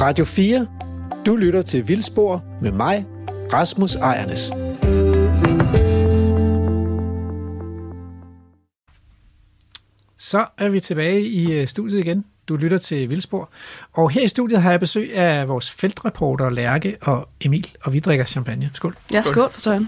Radio 4. Du lytter til Vildspor med mig, Rasmus Ejernes. Så er vi tilbage i studiet igen. Du lytter til Vildspor. Og her i studiet har jeg besøg af vores feltreporter Lærke og Emil, og vi drikker champagne. Skål. Ja, skål for Søren.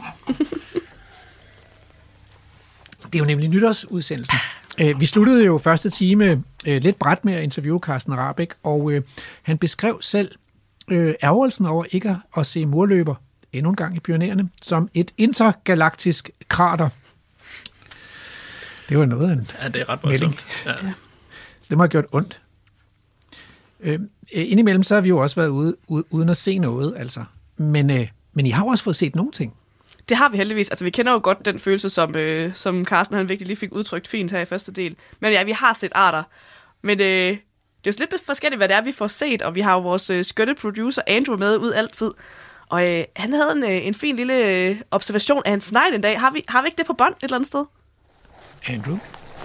Det er jo nemlig nytårsudsendelsen. Vi sluttede jo første time lidt brat med at interviewe Carsten Rahbek, og han beskrev selv ærgerelsen over ikke at se murløber endnu en gang i Pyrenæerne som et intergalaktisk krater. Det var noget af en det er ret voldsomt. Ja. Så det må have gjort ondt. Indimellem så har vi jo også været ude uden at se noget, altså. Men I har jo også fået set nogle ting. Det har vi heldigvis. Altså, vi kender jo godt den følelse, som Carsten han virkelig lige fik udtrykt fint her i første del. Men ja, vi har set arter. Men det er jo lidt forskelligt, hvad det er, vi får set. Og vi har jo vores skønne producer Andrew med ud altid. Og han havde en fin lille observation af en snegl en dag. Har vi ikke det på bånd et eller andet sted? Andrew?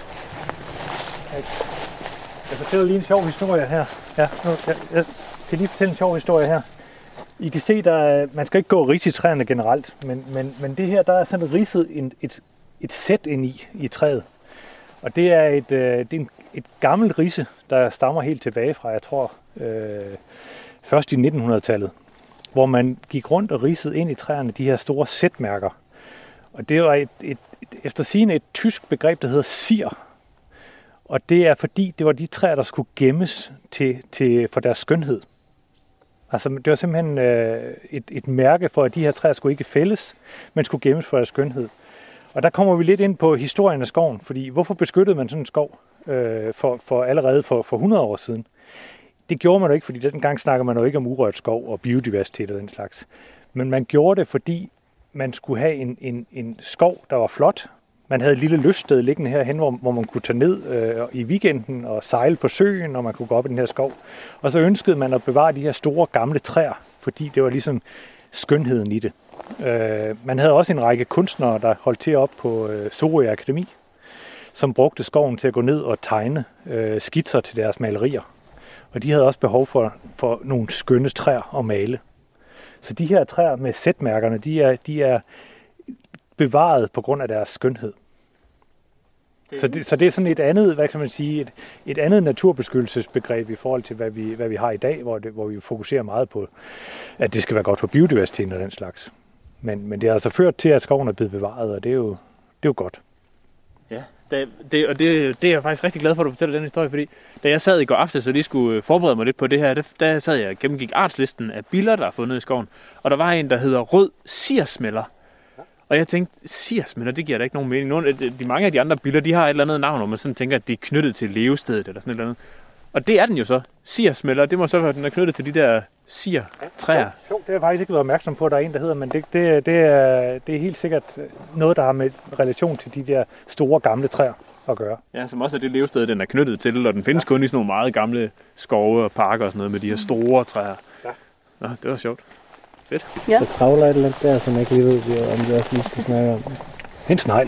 Jeg fortæller lige en sjov historie her. Ja, jeg kan lige fortælle en sjov historie her. I kan se, man skal ikke gå ridse i træerne generelt, men det her, der er sådan ridset et sæt ind i træet. Og det er et gammelt ridse, der stammer helt tilbage fra, jeg tror, først i 1900-tallet, hvor man gik rundt og ridsede ind i træerne de her store sætmærker. Og det var efter sigende et tysk begreb, der hedder sir. Og det er fordi, det var de træer, der skulle gemmes for deres skønhed. Altså, det var simpelthen et mærke for, at de her træer skulle ikke fældes, men skulle gemmes for deres skønhed. Og der kommer vi lidt ind på historien af skoven, fordi hvorfor beskyttede man sådan en skov allerede for 100 år siden? Det gjorde man jo ikke, fordi dengang snakker man jo ikke om urørt skov og biodiversitet og den slags. Men man gjorde det, fordi man skulle have en skov, der var flot. Man havde et lille lyststed liggende herhen, hvor man kunne tage ned i weekenden og sejle på søen, og man kunne gå op i den her skov. Og så ønskede man at bevare de her store gamle træer, fordi det var ligesom skønheden i det. Man havde også en række kunstnere, der holdt til op på Sorø Akademi, som brugte skoven til at gå ned og tegne skitser til deres malerier. Og de havde også behov for nogle skønne træer at male. Så de her træer med sætmærkerne, de er bevaret på grund af deres skønhed. Så det er sådan et andet, hvad kan man sige, et andet naturbeskyttelsesbegreb i forhold til, hvad vi har i dag, hvor vi fokuserer meget på, at det skal være godt for biodiversiteten og den slags. Men det har altså ført til, at skoven er blevet bevaret, og det er jo godt. Ja, det er jeg faktisk rigtig glad for, at du fortæller den historie, fordi da jeg sad i går aftes, så lige skulle forberede mig lidt på det her, der sad jeg og gennemgik artslisten af biller, der er fundet i skoven, og der var en, der hedder rød sirsmælder. Og jeg tænkte, sirsmælder, det giver da ikke nogen mening. Mange af de andre biller, de har et eller andet navn, hvor man sådan tænker, at de er knyttet til levestedet eller sådan et eller andet. Og det er den jo så. Sirsmælder, det må så være, at den er knyttet til de der sir-træer. Ja, det har jeg faktisk ikke været opmærksom på, at der er en, der hedder, men det er helt sikkert noget, der har med relation til de der store gamle træer at gøre. Ja, som også er det levested, den er knyttet til, og den findes kun i sådan nogle meget gamle skove og parker og sådan noget med de her store træer. Ja. Nå, det var sjovt. Fedt. Ja. Der kravler et eller andet der, som jeg ikke lige ved, om vi også lige skal snakke om. En snegl.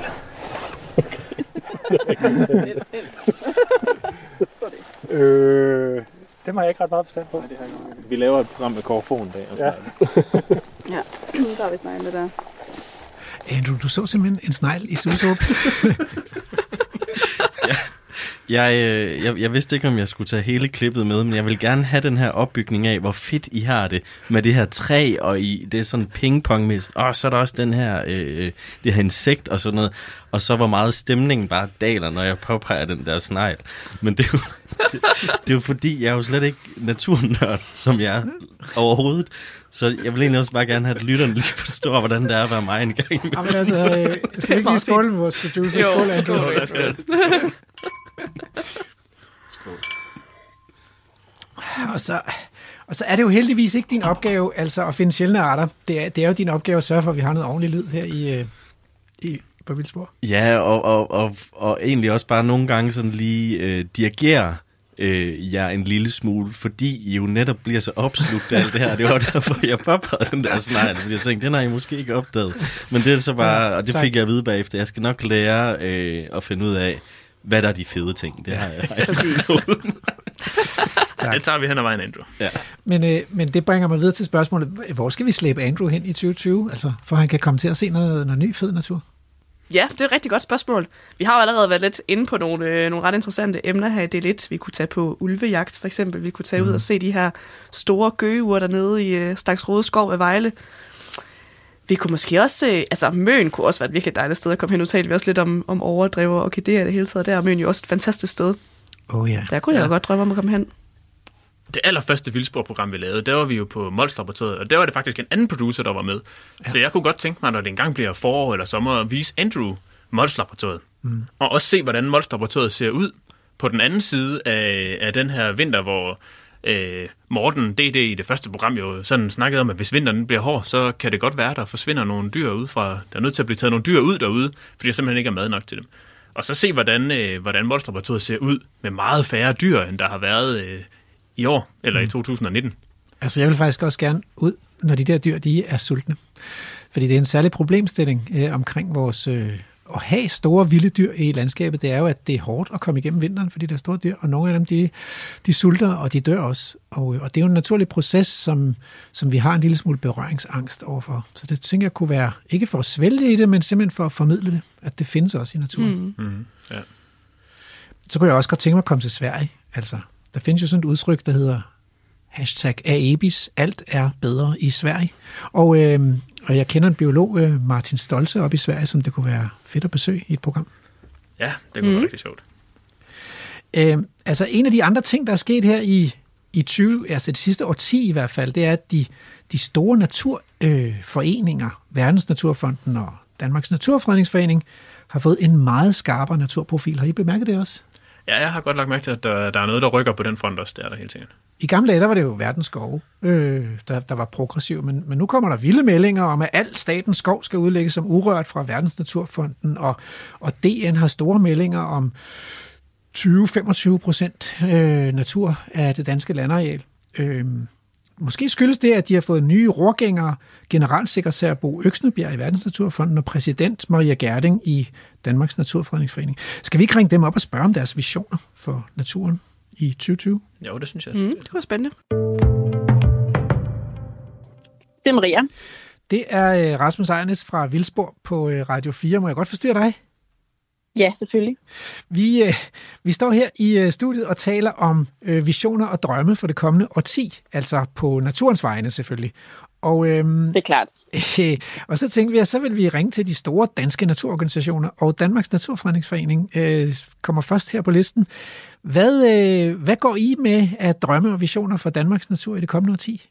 Det har jeg ikke ret meget forstand på. Nej, det har jeg ikke. Vi laver et program med Korfon en dag. Ja. Ja, der har vi sneglet det der. Andrew, du så simpelthen en snegl i Susåb. Ja. Jeg vidste ikke, om jeg skulle tage hele klippet med, men jeg vil gerne have den her opbygning af, hvor fedt I har det med det her træ, og det er sådan pingpongmist, og så er der også den her, det her insekt og sådan noget, og så hvor meget stemningen bare daler, når jeg påpeger den der snegl. Men det er jo fordi, jeg er jo slet ikke naturnørd, som jeg er overhovedet. Så jeg vil egentlig også bare gerne have, at lytterne lige forstår, hvordan det er at være mig en gang imellem. Jamen altså, skal vi ikke lige skåle med vores producer? Jo, skål, Andrew. Skål. Og så er det jo heldigvis ikke din opgave altså at finde sjældne arter. Det er jo din opgave at sørge for, at vi har noget ordentligt lyd her på Vildspor. Ja, og egentlig også bare nogle gange sådan lige dirigere jer en lille smule, fordi I jo netop bliver så opslugt af alt det her. Det var derfor, jeg påpegede den der snegl, fordi jeg tænkte, den har I måske ikke opdaget. Men det er så bare, og det fik jeg at vide bagefter. Jeg skal nok lære at finde ud af, hvad der er de fede ting. Det har jeg præcis. Det tager vi hen ad vejen, Andrew. Ja. Men det bringer mig videre til spørgsmålet, hvor skal vi slæbe Andrew hen i 2020, altså, for han kan komme til at se noget ny fed natur? Ja, det er et rigtig godt spørgsmål. Vi har jo allerede været lidt inde på nogle ret interessante emner her i del 1. Vi kunne tage på ulvejagt, for eksempel. Vi kunne tage ud og se de her store gøgeure dernede i Staksrode skov ved Vejle. Vi kunne måske også Møn kunne også være et virkelig dejligt sted at komme hen. Nu talte vi også lidt om overdrev og orkideer i det hele taget. Der er Møn jo også et fantastisk sted. Der kunne jeg jo godt drømme om at komme hen. Det allerførste vildsporprogram, vi lavede, der var vi jo på Mols-laboratoriet, og der var det faktisk en anden producer, der var med. Ja. Så jeg kunne godt tænke mig, når det engang bliver forår eller sommer, at vise Andrew Mols-laboratoriet. Og også se, hvordan Mols-laboratoriet ser ud på den anden side af den her vinter, hvor Morten D.D. i det første program jo sådan snakkede om, at hvis vinteren bliver hård, så kan det godt være, at der forsvinder nogle dyr ud fra. Der er nødt til at blive taget nogle dyr ud derude, fordi der simpelthen ikke er mad nok til dem. Og så se, hvordan Mols-laboratoriet ser ud med meget færre dyr, end der har været i år, eller i 2019. Altså, jeg vil faktisk også gerne ud, når de der dyr, de er sultne. Fordi det er en særlig problemstilling omkring vores at have store vilde dyr i landskabet. Det er jo, at det er hårdt at komme igennem vinteren, fordi der er store dyr, og nogle af dem, de sulter, og de dør også. Og det er jo en naturlig proces, som vi har en lille smule berøringsangst overfor. Så det tænker jeg kunne være, ikke for at svælge i det, men simpelthen for at formidle det, at det findes også i naturen. Ja. Så kunne jeg også godt tænke mig at komme til Sverige. Altså, der findes jo sådan et udtryk, der hedder #AEBIS, alt er bedre i Sverige. Og jeg kender en biolog, Martin Stolze, op i Sverige, som det kunne være fedt at besøge i et program. Ja, det kunne være rigtig sjovt. Altså, en af de andre ting, der er sket her i 20, altså det sidste årti i hvert fald, det er, at de store naturforeninger, Verdensnaturfonden og Danmarks Naturfredningsforening, har fået en meget skarpere naturprofil. Har I bemærket det også? Ja, jeg har godt lagt mærke til, at der er noget, der rykker på den front også. Det er der helt sikkert. I gamle dage, der var det jo verdens skove, der var progressiv, men nu kommer der vilde meldinger om, at al statens skov skal udlægges som urørt fra Verdensnaturfonden, og DN har store meldinger om 20-25% natur af det danske landareal. Måske skyldes det, at de har fået nye rorgængere, generalsekretær Bo Øksnebjerg i Verdensnaturfonden og præsident Maria Gerding i Danmarks Naturfredningsforening. Skal vi ikke ringe dem op og spørge om deres visioner for naturen i 2020? Jo, det synes jeg. Det var spændende. Det er Maria. Det er Rasmus Ejernes fra Vildspor på Radio 4. Må jeg godt forstyrre dig? Ja, selvfølgelig. Vi står her i studiet og taler om visioner og drømme for det kommende årti, altså på naturens vegne selvfølgelig. Og, det er klart. Og så tænkte vi, at så vil vi ringe til de store danske naturorganisationer, og Danmarks Naturfredningsforening kommer først her på listen. Hvad går I med af drømme og visioner for Danmarks natur i det kommende årti?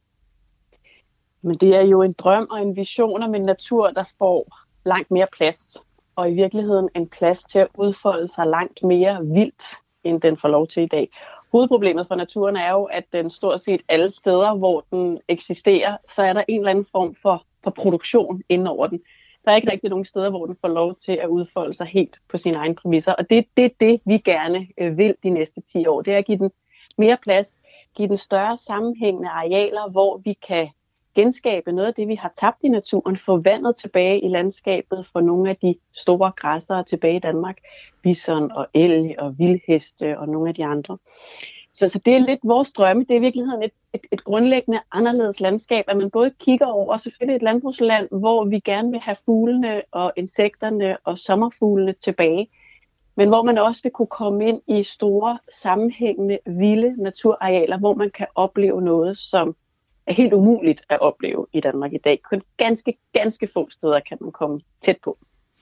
Men det er jo en drøm og en vision om en natur, der får langt mere plads. Og i virkeligheden en plads til at udfolde sig langt mere vildt, end den får lov til i dag. Hovedproblemet for naturen er jo, at den stort set alle steder, hvor den eksisterer, så er der en eller anden form for produktion inden over den. Der er ikke rigtig nogen steder, hvor den får lov til at udfolde sig helt på sine egne præmisser. Og det er det, vi gerne vil de næste 10 år. Det er at give den mere plads, give den større sammenhængende arealer, hvor vi kan genskabe noget af det, vi har tabt i naturen, få vandet tilbage i landskabet, få nogle af de store græssere tilbage i Danmark, bison og elg og vildheste og nogle af de andre. Så det er lidt vores drømme. Det er i virkeligheden et grundlæggende anderledes landskab, at man både kigger over selvfølgelig et landbrugsland, hvor vi gerne vil have fuglene og insekterne og sommerfuglene tilbage, men hvor man også vil kunne komme ind i store, sammenhængende, vilde naturarealer, hvor man kan opleve noget, som er helt umuligt at opleve i Danmark i dag. Kun ganske få steder kan man komme tæt på.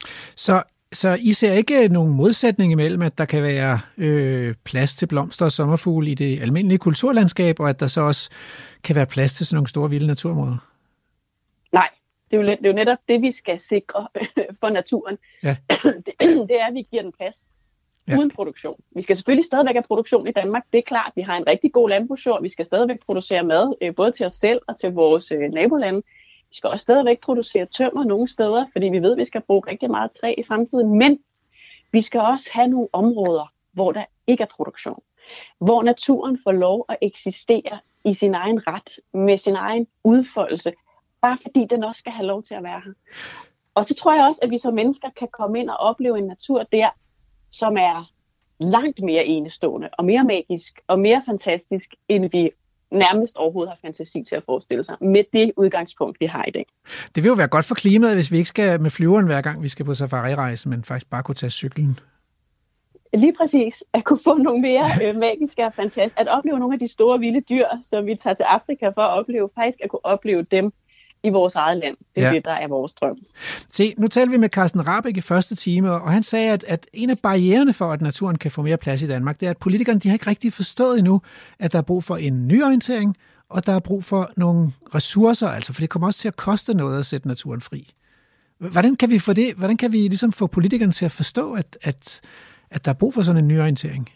Så I ser ikke nogen modsætning imellem, at der kan være plads til blomster og sommerfugle i det almindelige kulturlandskab, og at der så også kan være plads til sådan nogle store vilde naturområder? Nej, det er jo netop det, vi skal sikre for naturen. Ja. Det er, at vi giver den plads. Uden produktion. Vi skal selvfølgelig stadigvæk have produktion i Danmark. Det er klart, vi har en rigtig god landbrugsjord. Vi skal stadigvæk producere mad, både til os selv og til vores nabolande. Vi skal også stadigvæk producere tømmer nogle steder, fordi vi ved, at vi skal bruge rigtig meget træ i fremtiden. Men vi skal også have nogle områder, hvor der ikke er produktion. Hvor naturen får lov at eksistere i sin egen ret, med sin egen udfoldelse. Bare fordi den også skal have lov til at være her. Og så tror jeg også, at vi som mennesker kan komme ind og opleve en natur der, som er langt mere enestående og mere magisk og mere fantastisk, end vi nærmest overhovedet har fantasi til at forestille sig, med det udgangspunkt, vi har i dag. Det vil jo være godt for klimaet, hvis vi ikke skal med flyveren hver gang, vi skal på safari-rejse, men faktisk bare kunne tage cyklen. Lige præcis. At kunne få nogle mere magiske og fantastiske. At opleve nogle af de store vilde dyr, som vi tager til Afrika for at opleve, faktisk at kunne opleve dem i vores eget land. Det er det, der er vores drøm. Se, nu talte vi med Carsten Rahbek i første time, og han sagde, at en af barriererne for, at naturen kan få mere plads i Danmark, det er, at politikerne de har ikke rigtig forstået endnu, at der er brug for en nyorientering, og der er brug for nogle ressourcer, altså, for det kommer også til at koste noget at sætte naturen fri. Hvordan kan vi få det? Hvordan kan vi ligesom få politikerne til at forstå, at der er brug for sådan en nyorientering?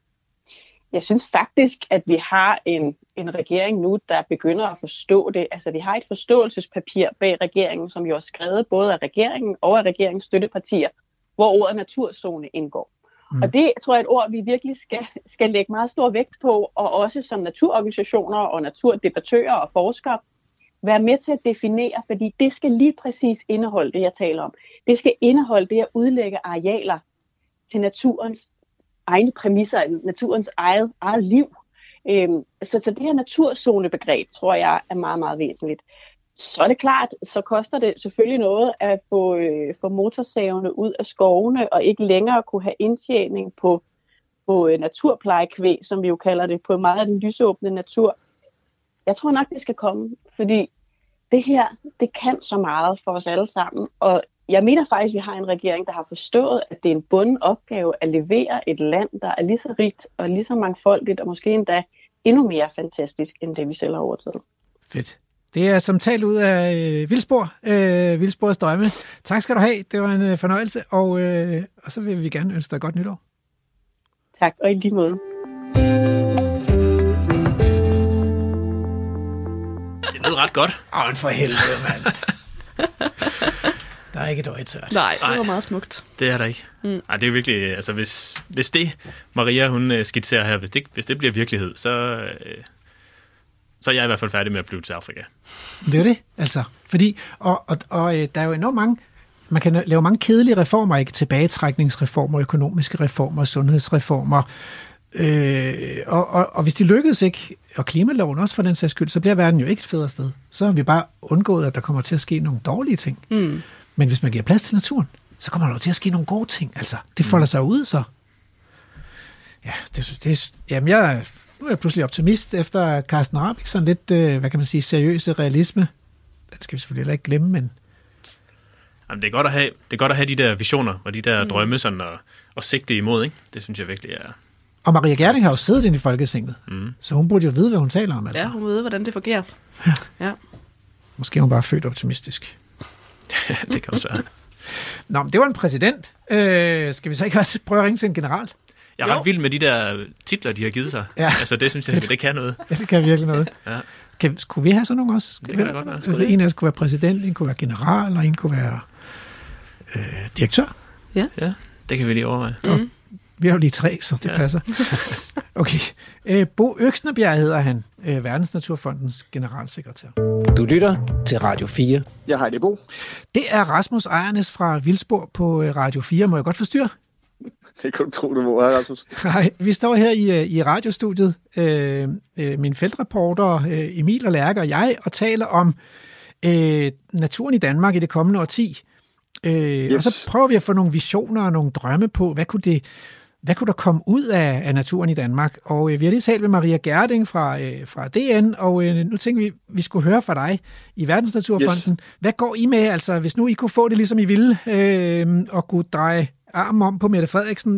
Jeg synes faktisk, at vi har en regering nu, der begynder at forstå det. Altså, vi har et forståelsespapir bag regeringen, som jo er skrevet både af regeringen og af regeringens støttepartier, hvor ordet naturzone indgår. Og det tror jeg er et ord, vi virkelig skal lægge meget stor vægt på, og også som naturorganisationer og naturdebattører og forskere være med til at definere, fordi det skal lige præcis indeholde det, jeg taler om. Det skal indeholde det at udlægge arealer til naturens egne præmisser, naturens eget liv. Så det her naturzonebegreb, tror jeg, er meget, meget væsentligt. Så er det klart, så koster det selvfølgelig noget at få motorsavene ud af skovene, og ikke længere kunne have indtjening på naturplejekvæg, som vi jo kalder det, på meget af den lysåbne natur. Jeg tror nok, det skal komme, fordi det her, det kan så meget for os alle sammen, og jeg mener faktisk, at vi har en regering, der har forstået, at det er en bunden opgave at levere et land, der er lige så rigt og lige så mangfoldigt, og måske endda endnu mere fantastisk, end det vi selv har overtaget. Fedt. Det er som talt ud af Vildspors drømme. Tak skal du have. Det var en fornøjelse, og så vil vi gerne ønske dig godt nytår. Tak, og i lige måde. Det lød ret godt. Åh, for helvede, mand. Der er ikke et øje tørt. Nej, det var meget smukt. Det er der ikke. Ej, det er virkelig, altså hvis det, Maria, hun skitserer her, hvis det bliver virkelighed, så er jeg i hvert fald færdig med at flyve til Afrika. Det er det, altså. Fordi, og der er jo enormt mange, man kan lave mange kedelige reformer, ikke? Tilbagetrækningsreformer, økonomiske reformer, sundhedsreformer, og hvis de lykkedes ikke, og klimaloven også for den sags skyld, så bliver verden jo ikke et federe sted. Så har vi bare undgået, at der kommer til at ske nogle dårlige ting. Men hvis man giver plads til naturen, så kommer der til at ske nogle gode ting. Altså, det folder sig ud, så. Ja, nu er jeg pludselig optimist efter Carsten Rahbek, sådan lidt, hvad kan man sige, seriøse realisme. Den skal vi selvfølgelig heller ikke glemme, men. Jamen, det er godt at have de der visioner og de der drømme sådan og sigte imod, ikke? Det synes jeg virkelig er. Og Maria Gjerding har jo siddet inde i Folketinget, så hun burde jo vide, hvad hun taler om. Altså. Ja, hun ved, hvordan det fungerer. Ja. Måske er hun bare født optimistisk. Det kan også være. Nå, men det var en præsident. Skal vi så ikke også prøve at ringe til en general? Jeg er ret vild med de der titler, de har givet sig. Ja. Altså, det synes jeg, det kan noget. Ja, det kan virkelig noget. Ja. Skulle vi have sådan nogle også? Det kan da godt være. Så en af os kunne være præsident, en kunne være general, og en kunne være direktør. Ja, det kan vi lige overveje. Vi har jo lige 3, så det passer. Okay. Bo Øksnebjerg hedder han, Verdensnaturfondens generalsekretær. Du lytter til Radio 4. Ja, hej, det er Bo. Det er Rasmus Ejernes fra Vildspor på Radio 4. Må jeg godt forstyrre? Det kan du tro, du må, Rasmus. Nej, vi står her i radiostudiet, min feltreporter Emil og Lærke og jeg, og taler om naturen i Danmark i det kommende årti. Yes. Og så prøver vi at få nogle visioner og nogle drømme på, hvad kunne der komme ud af naturen i Danmark? Og vi har lige talt med Maria Gjerding fra DN, og nu tænker vi skulle høre fra dig i Verdensnaturfonden. Yes. Hvad går I med, altså hvis nu I kunne få det ligesom I ville, og kunne dreje armen om på Mette Frederiksen,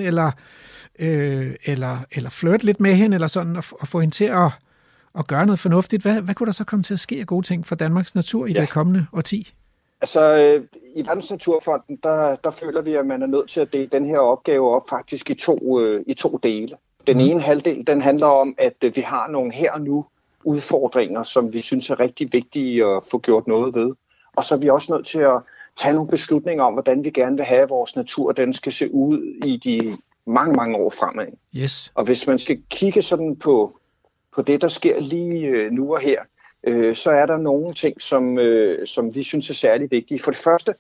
eller flirte lidt med hende, eller sådan, og få hende til at gøre noget fornuftigt. Hvad kunne der så komme til at ske af gode ting for Danmarks natur i det kommende årti? Altså, i Verdensnaturfonden, der føler vi, at man er nødt til at dele den her opgave op faktisk i to dele. Den ene halvdel, den handler om, at vi har nogle her og nu udfordringer, som vi synes er rigtig vigtige at få gjort noget ved. Og så er vi også nødt til at tage nogle beslutninger om, hvordan vi gerne vil have vores natur, den skal se ud i de mange, mange år fremad. Yes. Og hvis man skal kigge sådan på det, der sker lige nu og her, så er der nogle ting, som vi synes er særlig vigtige. For det første,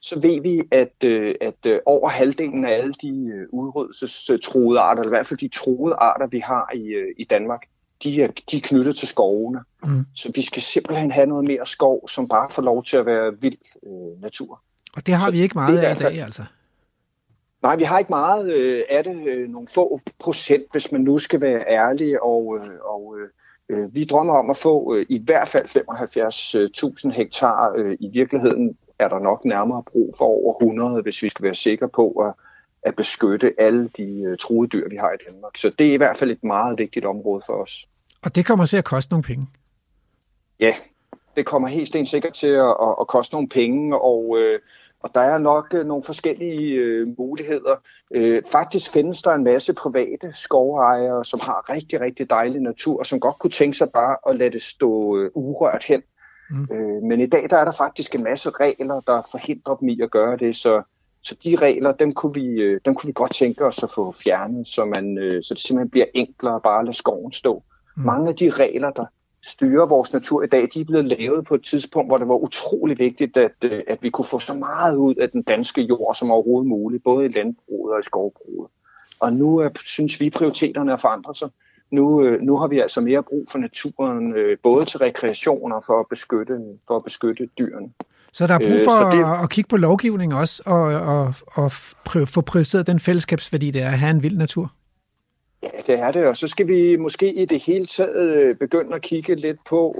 så ved vi, at over halvdelen af alle de udryddelsestruede arter, eller i hvert fald de truede arter, vi har i Danmark, de er knyttet til skovene. Så vi skal simpelthen have noget mere skov, som bare får lov til at være vild natur. Og det har vi ikke meget af i dag, altså? Nej, vi har ikke meget af det. Nogle få procent, hvis man nu skal være ærlig. Og vi drømmer om at få i hvert fald 75.000 hektar. I virkeligheden er der nok nærmere brug for over 100, hvis vi skal være sikre på at beskytte alle de truede dyr, vi har i Danmark. Så det er i hvert fald et meget vigtigt område for os. Og det kommer til at koste nogle penge? Ja, det kommer helt stensikkert til at koste nogle penge, og der er nok nogle forskellige muligheder. Faktisk findes der en masse private skovejere, som har rigtig, rigtig dejlig natur, og som godt kunne tænke sig bare at lade det stå urørt hen. Men i dag der er der faktisk en masse regler, der forhindrer dem i at gøre det, så de regler, dem kunne vi godt tænke os at få fjernet, så det simpelthen bliver enklere bare at lade skoven stå. Mange af de regler, der styrer vores natur i dag, de er blevet lavet på et tidspunkt, hvor det var utrolig vigtigt, at vi kunne få så meget ud af den danske jord som overhovedet muligt, både i landbruget og i skovbruget. Og nu synes vi, prioriteterne er forandret sig. Nu har vi altså mere brug for naturen, både til rekreation og for at beskytte dyrene. Så der er brug for at kigge på lovgivning også, og få prioriteret den fællesskabsværdi, det er at have en vild natur? Ja, det er det, og så skal vi måske i det hele taget begynde at kigge lidt på,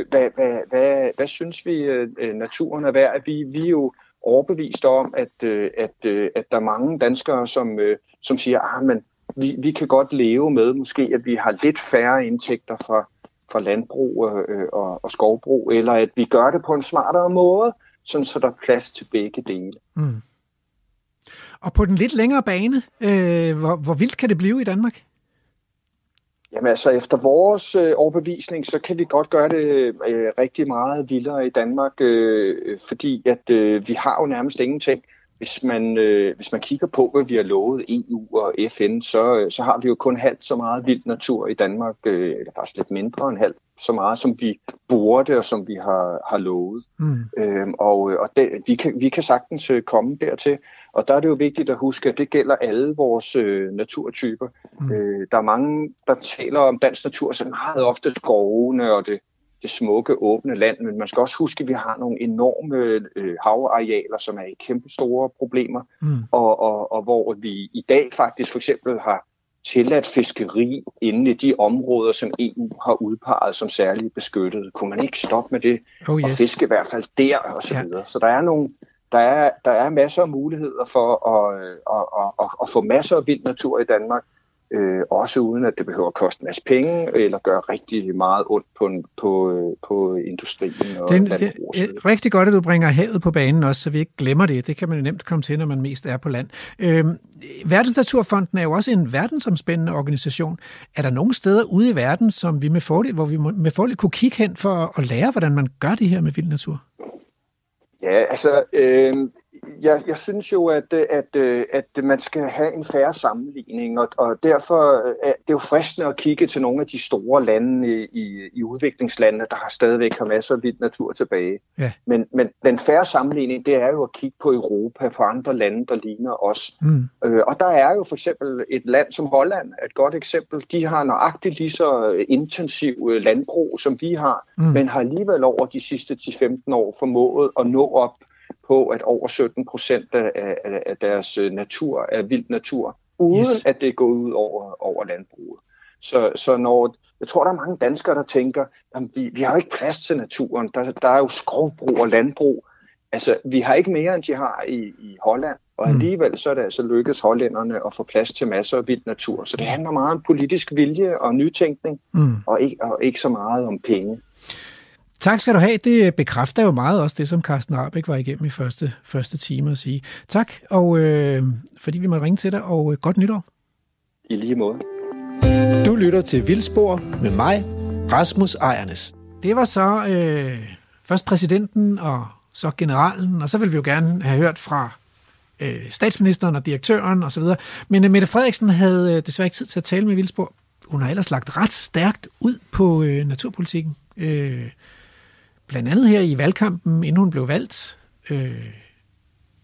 hvad synes vi naturen er værd. Vi er jo overbevist om, at der er mange danskere, som siger, men vi kan godt leve med måske, at vi har lidt færre indtægter fra landbrug og skovbrug, eller at vi gør det på en smartere måde, sådan så der er plads til begge dele. Og på den lidt længere bane, hvor vildt kan det blive i Danmark? Jamen altså, efter vores overbevisning, så kan vi godt gøre det rigtig meget vildere i Danmark, fordi at vi har jo nærmest ingenting. Hvis man kigger på, hvad vi har lovet EU og FN, så har vi jo kun halvt så meget vild natur i Danmark, eller faktisk lidt mindre end halvt så meget, som vi burde og som vi har lovet. Vi kan sagtens komme dertil. Og der er det jo vigtigt at huske, at det gælder alle vores naturtyper. Der er mange, der taler om dansk natur så meget ofte skovene og det smukke, åbne land, men man skal også huske, at vi har nogle enorme havarealer, som er i kæmpe store problemer, og hvor vi i dag faktisk for eksempel har tilladt fiskeri inde i de områder, som EU har udpeget som særligt beskyttet. Kunne man ikke stoppe med det og fiske i hvert fald der og så videre. Så der er masser af muligheder for at få masser af vild natur i Danmark, også uden at det behøver at koste en masse penge, eller gøre rigtig meget ondt på industrien og landbruget. Det er rigtig godt, at du bringer havet på banen også, så vi ikke glemmer det. Det kan man jo nemt komme til, når man mest er på land. Verdensnaturfonden er jo også en verdensomspændende organisation. Er der nogle steder ude i verden, som vi hvor vi med fordel kunne kigge hen for at lære, hvordan man gør det her med vild natur? Ja, altså, jeg synes jo, at man skal have en fair sammenligning, og derfor er det jo fristende at kigge til nogle af de store lande i udviklingslandene, der stadigvæk har masser af vild natur tilbage. Ja. Men den fair sammenligning, det er jo at kigge på Europa, på andre lande, der ligner os. Og der er jo for eksempel et land som Holland, et godt eksempel. De har nøjagtigt lige så intensiv landbrug, som vi har, men har alligevel over de sidste 10-15 år formået at nå op på, at over 17% af deres natur er vild natur, uden at det går ud over landbruget. Så når jeg tror, der er mange danskere, der tænker, at vi har jo ikke plads til naturen. Der er jo skovbrug og landbrug. Altså, vi har ikke mere, end de har i Holland. Og alligevel så er det altså lykkedes hollænderne at få plads til masser af vild natur. Så det handler meget om politisk vilje og nytænkning, og ikke så meget om penge. Tak skal du have. Det bekræfter jo meget også det, som Carsten Rahbek var igennem i første time at sige. Tak, og fordi vi måtte ringe til dig, og godt nytår. I lige måde. Du lytter til Vildspor med mig, Rasmus Ejernes. Det var så først præsidenten og så generalen, og så vil vi jo gerne have hørt fra statsministeren og direktøren osv. Men Mette Frederiksen havde desværre ikke tid til at tale med Vildspor. Hun har ellers lagt ret stærkt ud på naturpolitikken. Blandt andet her i valgkampen, inden hun blev valgt.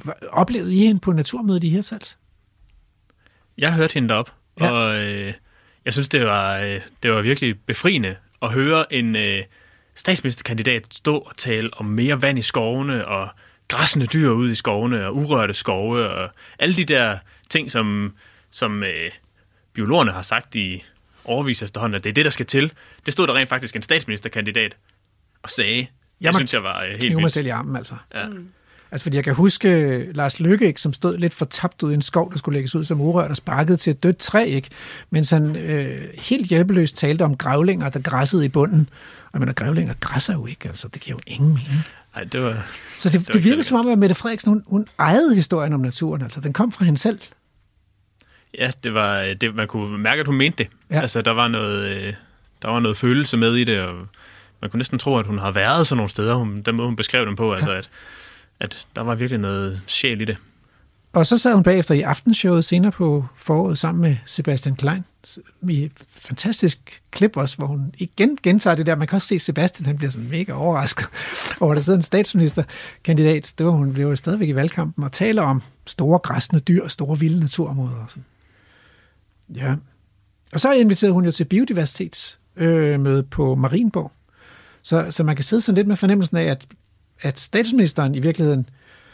Oplevede I hende på naturmødet i Hirtshals? Jeg hørte hende derop, Ja. og jeg synes, det var virkelig befriende at høre en statsministerkandidat stå og tale om mere vand i skovene, og græssende dyr ude i skovene, og urørte skove, og alle de der ting, som biologerne har sagt i årevis efterhånden, at det er det, der skal til. Det stod der rent faktisk en statsministerkandidat og sagde. Det synes jeg var helt vildt. Mig selv i armen, altså. Ja. Altså, fordi jeg kan huske Lars Løkke, som stod lidt fortabt ud i en skov, der skulle lægges ud som urørt og sparket til et dødt træ, ikke? Mens han helt hjælpeløst talte om grævlinger, der græssede i bunden. Og men grævlinger græsser jo ikke, altså. Det giver jo ingen mening. Nej, det var... Så det virkede som om, at Mette Frederiksen, hun ejede historien om naturen, altså. Den kom fra hende selv. Ja, man kunne mærke, at hun mente det. Ja. Altså, der var noget følelse med i det, og man kunne næsten tro, at hun har været sådan nogle steder, den måde hun beskrev dem på, ja. Altså at der var virkelig noget sjæl i det. Og så sad hun bagefter i aftenshowet senere på foråret sammen med Sebastian Klein. I et fantastisk klip også, hvor hun igen gentager det der. Man kan også se Sebastian, han bliver sådan mega overrasket over, at der sidder en statsministerkandidat. Det var hun blev stadigvæk i valgkampen og taler om store græssende dyr og store vilde naturområder. Og sådan. Ja. Og så inviterede hun jo til biodiversitetsmøde på Marienborg. Så man kan sidde sådan lidt med fornemmelsen af, at statsministeren i virkeligheden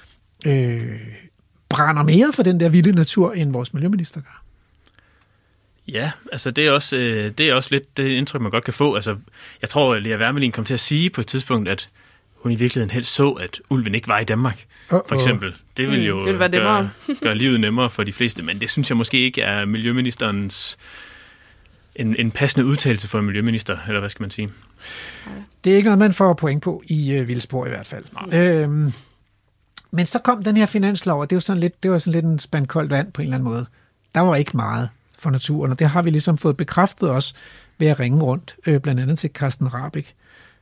brænder mere for den der vilde natur, end vores miljøminister gør. Ja, altså det er også lidt det indtryk, man godt kan få. Altså, jeg tror, at Lea Wermelin kom til at sige på et tidspunkt, at hun i virkeligheden helst så, at ulven ikke var i Danmark, for eksempel. Det ville jo gøre livet nemmere for de fleste, men det synes jeg måske ikke er miljøministerens en passende udtalelse for en miljøminister, eller hvad skal man sige? Det er ikke noget, man får point på i Vildspor i hvert fald. Men så kom den her finanslov, og det var sådan lidt en spand koldt vand på en eller anden måde. Der var ikke meget for naturen, og det har vi ligesom fået bekræftet også ved at ringe rundt, blandt andet til Carsten Rahbek.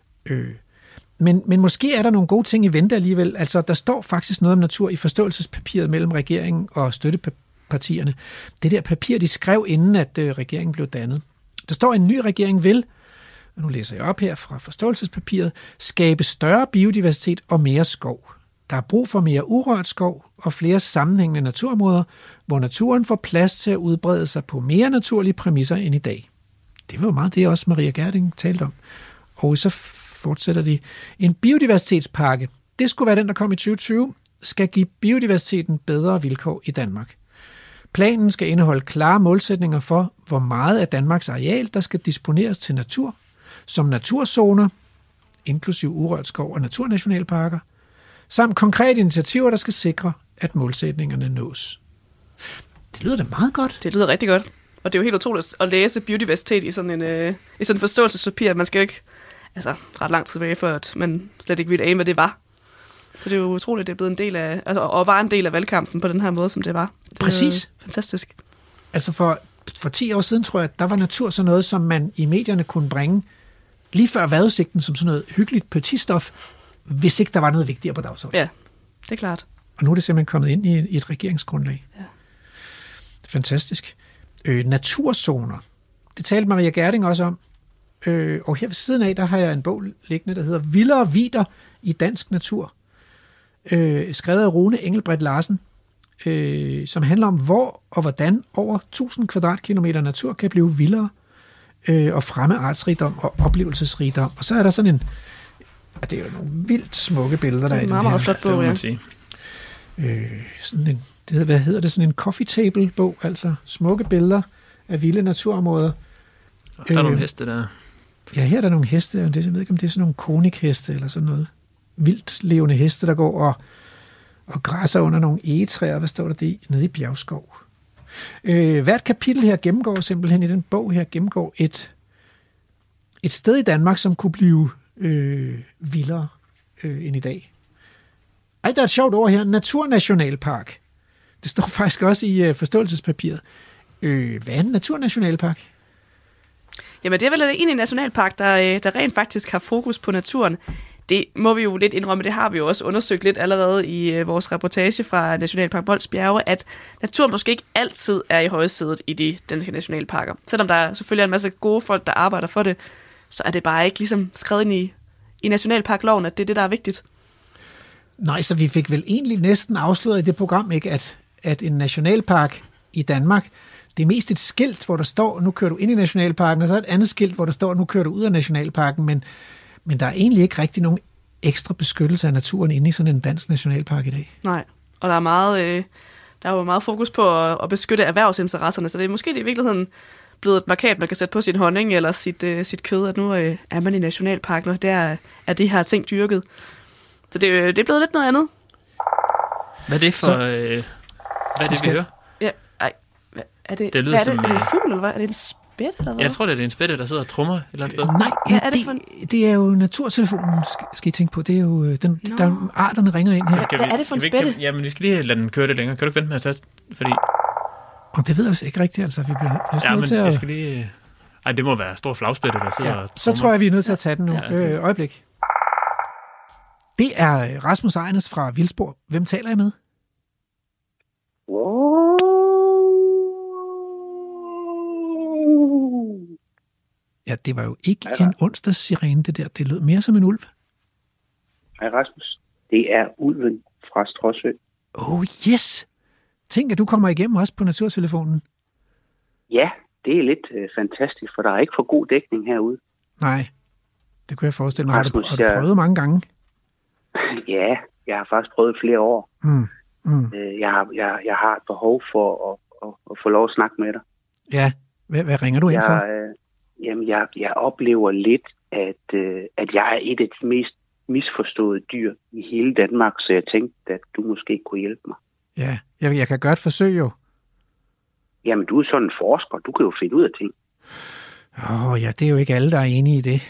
Men måske er der nogle gode ting i vente alligevel. Altså, der står faktisk noget om natur i forståelsespapiret mellem regeringen og støttepartierne. Det der papir, de skrev inden, at regeringen blev dannet. Der står, en ny regering vil, og nu læser jeg op her fra forståelsespapiret, skabe større biodiversitet og mere skov. Der er brug for mere urørt skov og flere sammenhængende naturområder, hvor naturen får plads til at udbrede sig på mere naturlige præmisser end i dag. Det var jo meget det, også Maria Gjerding talte om. Og så fortsætter de. En biodiversitetspakke, det skulle være den, der kom i 2020, skal give biodiversiteten bedre vilkår i Danmark. Planen skal indeholde klare målsætninger for, hvor meget af Danmarks areal, der skal disponeres til natur, som naturzoner, inklusiv urørt skov og naturnationalparker, samt konkrete initiativer, der skal sikre, at målsætningerne nås. Det lyder da meget godt. Det lyder rigtig godt. Og det er jo helt utroligt at læse biodiversitet i sådan en forståelsespapir. Man skal jo ikke ret lang tid tilbage, for at man slet ikke ville ane, hvad det var. Så det er jo utroligt, at det er blevet en del af, og var en del af valgkampen på den her måde, som det var. Det Præcis. Fantastisk. Altså for 10 år siden, tror jeg, der var natur sådan noget, som man i medierne kunne bringe lige før vejrudsigten som sådan noget hyggeligt petitstof, hvis ikke der var noget vigtigere på dagsordenen. Ja, det er klart. Og nu er det simpelthen kommet ind i et regeringsgrundlag. Ja. Fantastisk. Naturzoner. Det talte Maria Gjerding også om. Og her ved siden af, der har jeg en bog liggende, der hedder Vildere Vidder i dansk natur. Skrevet af Rune Engelbrecht Larsen, som handler om, hvor og hvordan over 1000 kvadratkilometer natur kan blive vildere og fremme artsrigdom og oplevelsesrigdom. Og så er der sådan en, og det er jo nogle vildt smukke billeder, der er i den her. Meget flot bog, ja. Sådan en, hvad hedder det, sådan en coffee table bog, altså smukke billeder af vilde naturområder. Der er nogle heste der. Ja, her er der nogle heste, og jeg ved ikke, om det er sådan nogle konikheste eller sådan noget. Vildt levende heste, der går og græsser under nogle egetræer. Hvad står der det nede i bjergskov? Hvert kapitel her gennemgår simpelthen i den bog her, gennemgår et sted i Danmark, som kunne blive vildere end i dag. Ej, der er et sjovt ord her. Naturnationalpark. Det står faktisk også i forståelsespapiret. Hvad er en naturnationalpark? Jamen, det er vel en nationalpark, der rent faktisk har fokus på naturen. Det må vi jo lidt indrømme, det har vi jo også undersøgt lidt allerede i vores reportage fra Nationalpark Mols Bjerge, at naturen måske ikke altid er i højsædet i de danske nationalparker. Selvom der selvfølgelig er en masse gode folk, der arbejder for det, så er det bare ikke ligesom skrevet ind i nationalparkloven, at det er det, der er vigtigt. Nej, så vi fik vel egentlig næsten afsløret i det program, ikke, at en nationalpark i Danmark, det er mest et skilt, hvor der står, nu kører du ind i nationalparken, og så et andet skilt, hvor der står, nu kører du ud af nationalparken, men der er egentlig ikke rigtig nogen ekstra beskyttelse af naturen inde i sådan en dansk nationalpark i dag. Nej, og der er jo meget fokus på at beskytte erhvervsinteresserne, så det er måske i virkeligheden blevet et markat, man kan sætte på sin honning eller sit kød, at nu er man i nationalparken, og der er de her ting dyrket. Så det er blevet lidt noget andet. Hvad er det for... hvad er det, vi hører? Ja, er det Det lyder er det en fugl, eller hvad? Er det en spætte, eller hvad? Jeg tror, det er en spætte, der sidder og trummer et eller andet sted. Nej, det er jo naturtelefonen, skal I tænke på. Det er jo, der arterne ringer ind her. Hvad er det for en spætte? Jamen, vi skal lige lade den køre det længere. Kan du ikke vente med at tage, fordi... Og det ved jeg ikke rigtigt, altså. Vi bliver næsten nødt til at... jeg skal lige... Ej, det må være stor flagspætte, der sidder og så tror jeg, vi er nødt til at tage den nu. Ja, Øjeblik. Det er Rasmus Ejernes fra Vildspor. Hvem taler I med? Ja, det var jo ikke en onsdagssirene, det der. Det lød mere som en ulv. Hej Rasmus. Det er ulven fra Stråsø. Oh yes! Tænk, at du kommer igennem også på naturtelefonen. Ja, det er lidt fantastisk, for der er ikke for god dækning herude. Nej, det kunne jeg forestille mig. Rasmus, har du prøvet mange gange? Ja, jeg har faktisk prøvet flere år. Jeg har et behov for at få lov at snakke med dig. Ja, hvad ringer du ind for? Jeg oplever lidt, at jeg er et af de mest misforståede dyr i hele Danmark, så jeg tænkte, at du måske kunne hjælpe mig. Ja, jeg kan gøre et forsøg jo. Jamen, du er sådan en forsker. Du kan jo finde ud af ting. Ja, det er jo ikke alle, der er enige i det.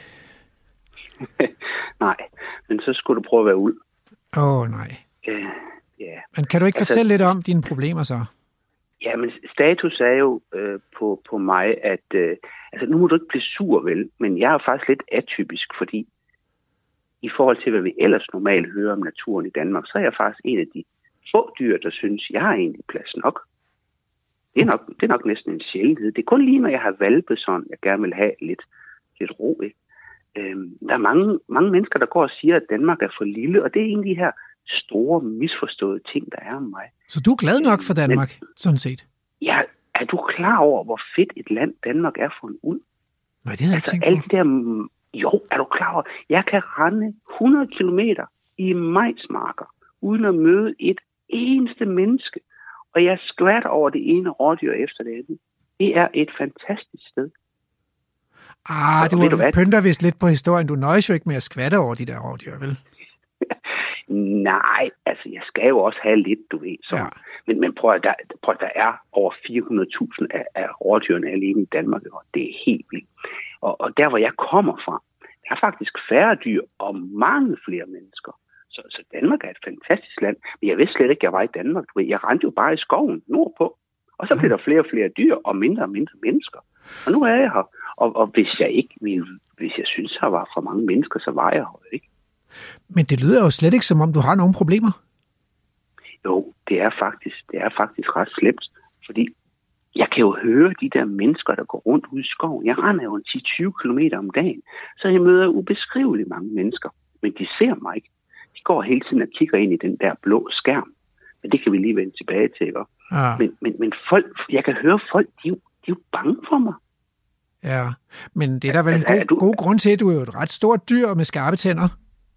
Nej, men så skulle du prøve at være ulv. Nej. Ja. Men kan du ikke fortælle lidt om dine problemer så? Ja, men status er jo på mig, at nu må du ikke blive sur, vel? Men jeg er faktisk lidt atypisk, fordi i forhold til, hvad vi ellers normalt hører om naturen i Danmark, så er jeg faktisk en af de få dyr, der synes, jeg har egentlig plads nok. Det er nok næsten en sjældenhed. Det er kun lige, når jeg har valpe sådan, jeg gerne vil have lidt ro, ikke? Der er mange mennesker, der går og siger, at Danmark er for lille, og det er egentlig de her store, misforståede ting, der er om mig. Så du er glad nok for Danmark, sådan set? Ja, er du klar over, hvor fedt et land Danmark er for en ulv? Nej, det havde jeg ikke tænkt på. Jo, er du klar over? Jeg kan rende 100 kilometer i majsmarker, uden at møde et eneste menneske, og jeg skvatter over det ene rådyr efter det andet. Det er et fantastisk sted. Du pynter vist lidt på historien. Du nøjes jo ikke med at skvatte over de der rådyr, vel? Nej, altså jeg skal jo også have lidt, du ved. Så. Ja. Men prøv at der er over 400.000 af rådyrene alene i Danmark, og det er helt vildt. Og der, hvor jeg kommer fra, der er faktisk færre dyr og mange flere mennesker. Så Danmark er et fantastisk land. Men jeg vidste slet ikke, at jeg var i Danmark. Du ved. Jeg rendte jo bare i skoven nordpå. Og så blev der flere og flere dyr og mindre mennesker. Og nu er jeg her. Og hvis jeg synes, der var for mange mennesker, så var jeg her ikke. Men det lyder jo slet ikke, som om du har nogle problemer. Jo, det er faktisk ret slemt. Fordi jeg kan jo høre de der mennesker, der går rundt ude i skoven. Jeg render jo 10-20 kilometer om dagen. Så jeg møder ubeskriveligt mange mennesker. Men de ser mig ikke. De går hele tiden og kigger ind i den der blå skærm. Men det kan vi lige vende tilbage til, ikke? Ja. Men folk, jeg kan høre folk, de er jo bange for mig. Ja, men det er der vel en god grund til, at du er jo et ret stort dyr med skarpe tænder.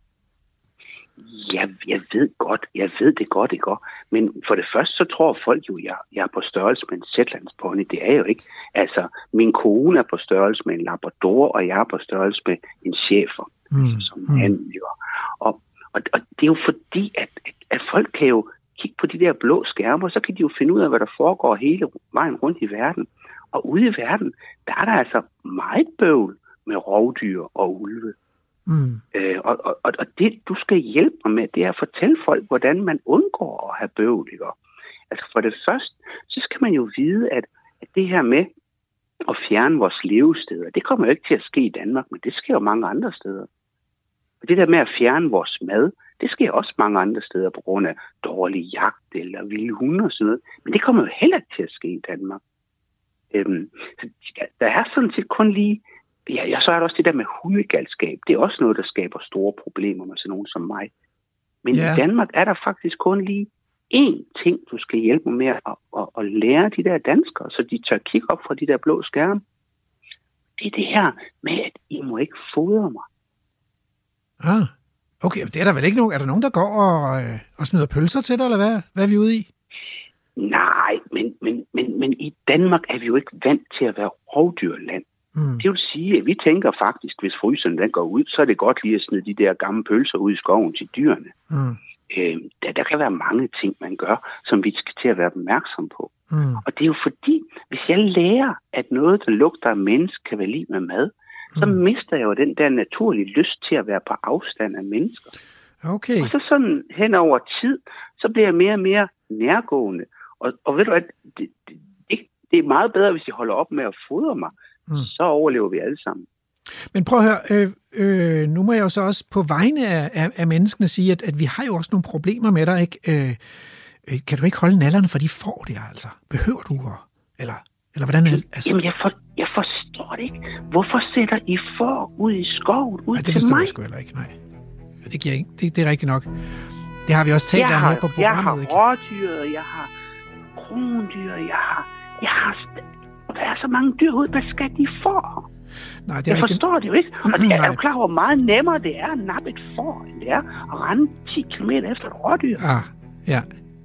Ja, jeg ved det godt, ikke? Men for det første, så tror folk jo, jeg er på størrelse med en shetlandspony. Det er jo ikke. Altså, min kone er på størrelse med en labrador, og jeg er på størrelse med en schæfer. Som han jo. Og det er jo fordi, at folk kan jo kigge på de der blå skærme, og så kan de jo finde ud af, hvad der foregår hele vejen rundt i verden. Og ude i verden, der er der altså meget bøvl med rovdyr og ulve. Og det, du skal hjælpe mig med, det er at fortælle folk, hvordan man undgår at have bøvl. Ikke? Altså for det første, så skal man jo vide, at det her med at fjerne vores levesteder, det kommer jo ikke til at ske i Danmark, men det sker jo mange andre steder. Og det der med at fjerne vores mad, det sker også mange andre steder på grund af dårlig jagt eller vilde hunde og sådan noget. Men det kommer jo heller ikke til at ske i Danmark. Så der er sådan set kun lige... Ja, så er der også det der med hundegalskab. Det er også noget, der skaber store problemer med sådan nogen som mig. Men i Danmark er der faktisk kun lige én ting, du skal hjælpe mig med at lære de der danskere, så de tør kigge op fra de der blå skærme. Det er det her med, at I må ikke fodre mig. Ah, okay. Det er der vel ikke nogen. Er der nogen, der går og smider pølser til dig, eller hvad er vi ude i? Nej, men i Danmark er vi jo ikke vant til at være rovdyrland. Det vil sige, at vi tænker faktisk, hvis fryseren den går ud, så er det godt lige at smide de der gamle pølser ud i skoven til dyrene. Der kan være mange ting, man gør, som vi skal til at være opmærksom på. Og det er jo fordi, hvis jeg lærer, at noget, der lugter af menneske, kan være lige med mad, så mister jeg jo den der naturlige lyst til at være på afstand af mennesker. Okay. Og så sådan hen over tid, så bliver jeg mere og mere nærgående. Og ved du hvad, det er meget bedre, hvis I holder op med at fodre mig. Så overlever vi alle sammen. Men prøv at høre, nu må jeg jo så også på vegne af menneskene sige, at vi har jo også nogle problemer med dig, ikke? Kan du ikke holde nallerne for de får der, altså? Behøver du, eller hvordan er det? Altså? Jamen, jeg forstår det ikke. Hvorfor sætter I får ud i skoven, ud til mig? Det forstår jeg sgu heller ikke, nej. Det giver ikke. Det er rigtigt nok. Det har vi også talt om her på programmet, ikke? Jeg har rådyr, jeg har krondyr, jeg har der er så mange dyr ud, hvad skal de få? Nej, det jeg forstår det jo ikke. Og det er jo klar over, hvor meget nemmere det er at nappe et får, end det er at rende 10 km efter et rådyr. Ja.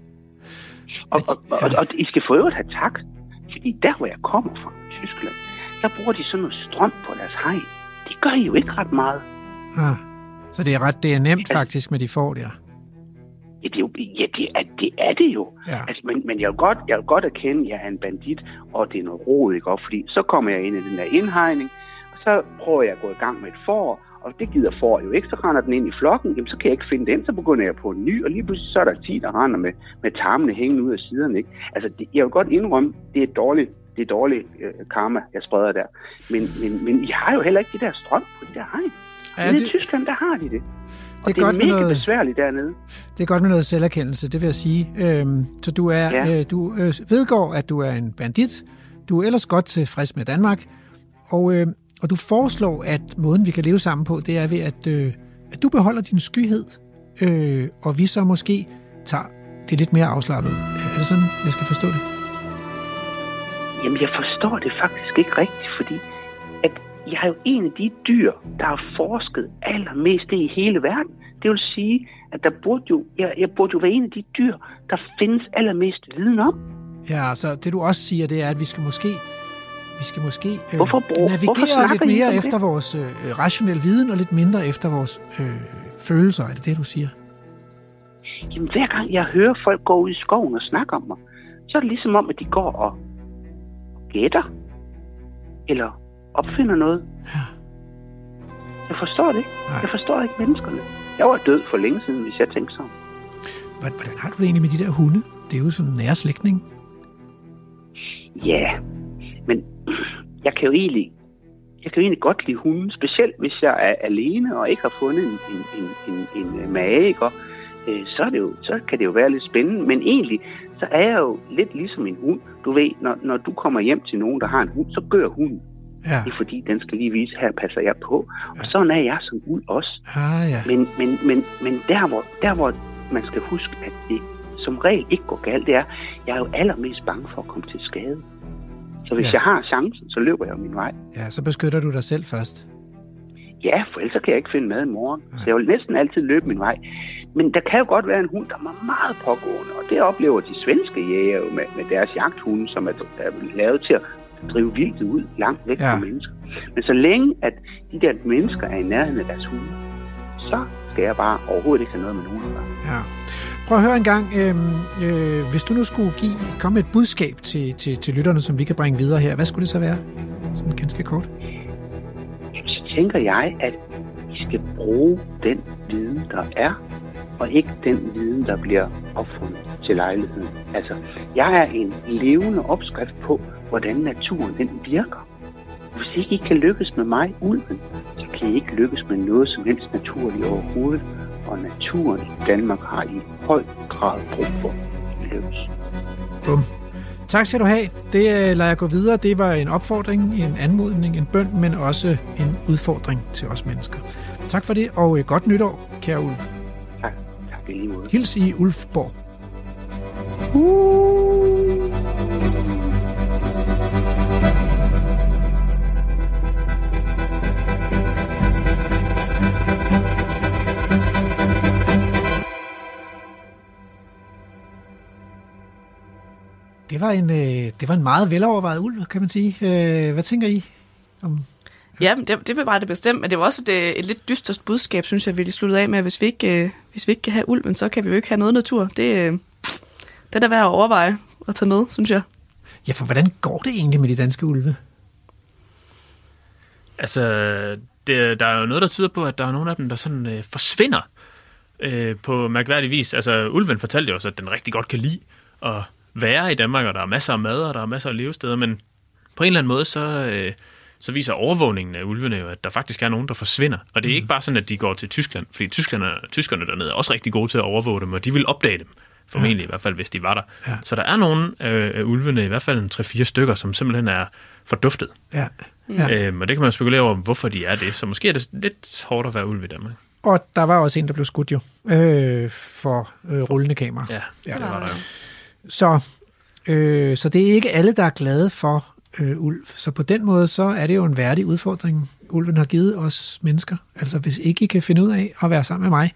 Og I skal for øvrigt have tak, fordi der, hvor jeg kommer fra, Tyskland, der bruger de sådan noget strøm på deres hegn. Det gør I jo ikke ret meget. Så det er nemt faktisk med de får der. Det er det jo. Ja. Altså, men jeg vil godt erkende, at jeg er en bandit, og det er noget rod, ikke? Fordi så kommer jeg ind i den der indhegning, og så prøver jeg at gå i gang med et får, og det gider får jo ikke. Så render den ind i flokken, jamen så kan jeg ikke finde den, så begynder jeg på en ny, og lige pludselig så er der 10, der render med tarmene hængende ud af siderne, ikke? Altså, jeg vil godt indrømme, det er dårligt karma, jeg spreder der. Men I har jo heller ikke det der strøm på de der hegn. Men i Tyskland, der har de det. Og det er mega besværligt dernede. Det er godt med noget selverkendelse, det vil jeg sige. Så du vedgår, at du er en bandit. Du er ellers godt tilfreds med Danmark. Og du foreslår, at måden, vi kan leve sammen på, det er ved, at du beholder din skyhed, og vi så måske tager det lidt mere afslappet. Er det sådan, jeg skal forstå det? Jamen, jeg forstår det faktisk ikke rigtigt, fordi at jeg er jo en af de dyr, der har forsket allermest i hele verden. Det vil sige, at jeg burde jo være en af de dyr, der findes allermest viden om. Ja, så det du også siger, det er, at vi skal måske navigere lidt mere efter vores rationelle viden, og lidt mindre efter vores følelser. Er det, du siger? Jamen, hver gang jeg hører folk gå ud i skoven og snakke om mig, så er det ligesom om, at de går og gætter. Eller opfinder noget. Ja. Jeg forstår det ikke. Nej. Jeg forstår ikke menneskerne. Jeg var død for længe siden, hvis jeg tænkte sådan. Hvordan har du det egentlig med de der hunde? Det er jo sådan en nære slægtning. Ja, men jeg kan jo egentlig godt lide hunde, specielt hvis jeg er alene og ikke har fundet en mage, ikke? Så kan det jo være lidt spændende, men egentlig så er jeg jo lidt ligesom en hund. Du ved, når du kommer hjem til nogen, der har en hund, så gør hunden. Ja. Det er fordi, den skal lige vise, her passer jeg på. Ja. Og sådan er jeg som hund også. Ja. Men der hvor man skal huske, at det som regel ikke går galt, det er, jeg er jo allermest bange for at komme til skade. Så hvis jeg har chancen, så løber jeg min vej. Ja, så beskytter du dig selv først. Ja, for ellers kan jeg ikke finde mad i morgen. Ja. Så jeg vil næsten altid løbe min vej. Men der kan jo godt være en hund, der er meget pågående, og det oplever de svenske jæger jo med deres jagthunde, som er lavet til at drive vildt ud langt væk fra mennesker. Men så længe, at de der mennesker er i nærheden af deres hunde, så skal jeg bare overhovedet ikke have noget med nogen at gøre. Ja. Prøv at høre en gang, hvis du nu skulle komme med et budskab til lytterne, som vi kan bringe videre her, hvad skulle det så være? Sådan ganske kort. Jamen, så tænker jeg, at I skal bruge den viden, der er, og ikke den viden, der bliver opfundet til lejligheden. Altså, jeg er en levende opskrift på, hvordan naturen den virker. Hvis ikke I kan lykkes med mig, ulven, så kan I ikke lykkes med noget som helst naturligt overhovedet. Og naturen i Danmark har i høj grad brug for at lykkes. Bum. Tak skal du have. Det lader jeg gå videre. Det var en opfordring, en anmodning, en bøn, men også en udfordring til os mennesker. Tak for det, og godt nytår, kære ulv. Tak. I lige måde. Hils i Ulfborg. Det var en meget velovervejet ulv, kan man sige. Hvad tænker I om? Ja, det var det bestemt, men det var også et lidt dystert budskab, synes jeg, vi lige sluttede af med, at hvis vi ikke kan have ulven, så kan vi jo ikke have noget natur. Det er da værd at overveje at tage med, synes jeg. Ja, for hvordan går det egentlig med de danske ulve? Altså, der er jo noget, der tyder på, at der er nogle af dem, der sådan forsvinder på mærkværdig vis. Altså, ulven fortalte jo også, at den rigtig godt kan lide at være i Danmark, og der er masser af mad, og der er masser af levesteder, men på en eller anden måde, så viser overvågningen af ulvene jo, at der faktisk er nogen, der forsvinder. Og det er ikke bare sådan, at de går til Tyskland, fordi tyskerne dernede er også rigtig gode til at overvåge dem, og de vil opdage dem, formentlig i hvert fald, hvis de var der. Ja. Så der er nogle af ulvene, i hvert fald 3-4 stykker, som simpelthen er forduftet. Ja. Ja. Og det kan man spekulere over, hvorfor de er det. Så måske er det lidt hårdt at være ulv i Danmark. Og der var også en, der blev skudt jo, for rullende kamera. Ja, det var der jo. Så det er ikke alle, der er glade for ulv. Så på den måde, så er det jo en værdig udfordring, ulven har givet os mennesker. Altså, hvis ikke I kan finde ud af at være sammen med mig,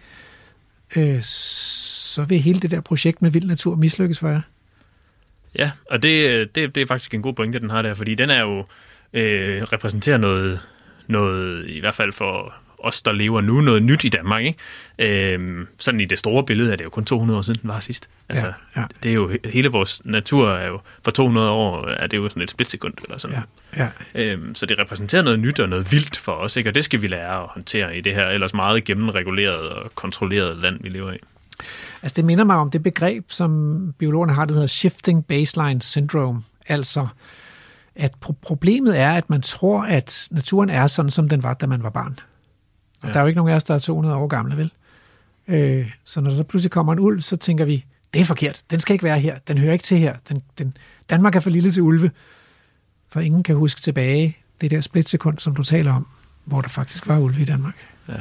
så vil hele det der projekt med vild natur mislykkes for jer. Ja, og det er faktisk en god pointe, den har der, fordi den er jo repræsenterer noget, i hvert fald for os, der lever nu, noget nyt i Danmark, ikke? Sådan i det store billede er det jo kun 200 år siden, den var sidst. Altså, ja. Det er jo, hele vores natur er jo, for 200 år er det jo sådan et splitsekund, eller sådan. Ja. Ja. Så det repræsenterer noget nyt og noget vildt for os, ikke? Og det skal vi lære at håndtere i det her ellers meget gennemreguleret og kontrolleret land, vi lever i. Altså, det minder mig om det begreb, som biologerne har, det hedder shifting baseline syndrome. Altså, at problemet er, at man tror, at naturen er sådan, som den var, da man var barn. Og der er jo ikke nogen af os, der er 200 år gamle, vel? Så når der pludselig kommer en ulv, så tænker vi, det er forkert, den skal ikke være her, den hører ikke til her. Danmark er for lille til ulve, for ingen kan huske tilbage det der splitsekund, som du taler om, hvor der faktisk var ulve i Danmark. Ja.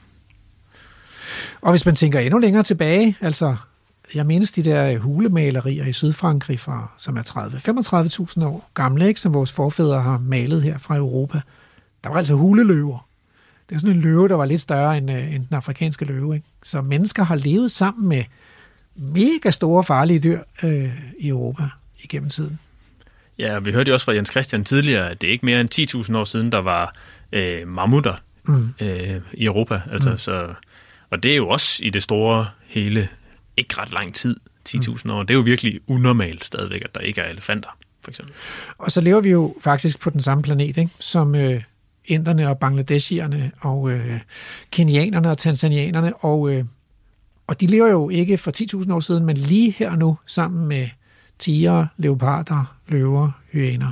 Og hvis man tænker endnu længere tilbage, altså, jeg mindes de der hulemalerier i Sydfrankrig, som er 35.000 år gamle, ikke, som vores forfædre har malet her fra Europa. Der var altså huleløver. Det er sådan en løve, der var lidt større end den afrikanske løve. Ikke? Så mennesker har levet sammen med mega store farlige dyr i Europa igennem tiden. Ja, vi hørte jo også fra Jens Christian tidligere, at det er ikke mere end 10.000 år siden, der var mammutter i Europa. Altså, og det er jo også i det store hele ikke ret lang tid, 10.000 år. Det er jo virkelig unormalt stadigvæk, at der ikke er elefanter, for eksempel. Og så lever vi jo faktisk på den samme planet, ikke? Som inderne og bangladeshierne og kenianerne og tanzanianerne, og de lever jo ikke for 10.000 år siden, men lige her og nu sammen med tigre, leoparder, løver, hyæner.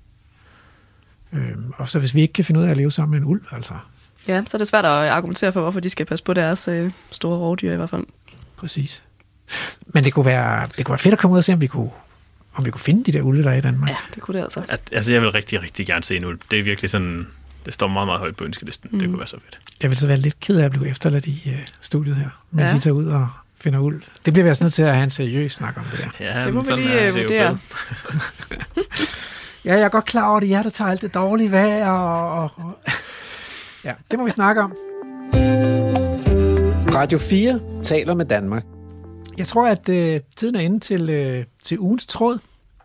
Og så hvis vi ikke kan finde ud af at leve sammen med en ulv, altså. Ja, så er det svært at argumentere for, hvorfor de skal passe på deres store rovdyr i hvert fald. Præcis. Men det kunne være fedt at komme ud og se, om vi kunne finde de der ulve, der er i Danmark. Ja, det kunne det altså. Altså, jeg vil rigtig, rigtig gerne se en ulv. Det er virkelig sådan, det står meget, meget højt på ønskelisten. Det kunne være så fedt. Jeg vil så være lidt ked af at blive efterladt i studiet her, mens I tager ud og finder ulv. Det bliver vi også nødt til at have en seriøs snak om det der. Ja, det må vi lige vurdere. Ja, jeg er godt klar over det. Jeg der tager alt det dårlige vejr. Og ja, det må vi snakke om. Radio 4 taler med Danmark. Jeg tror, at tiden er inde til ugens tråd.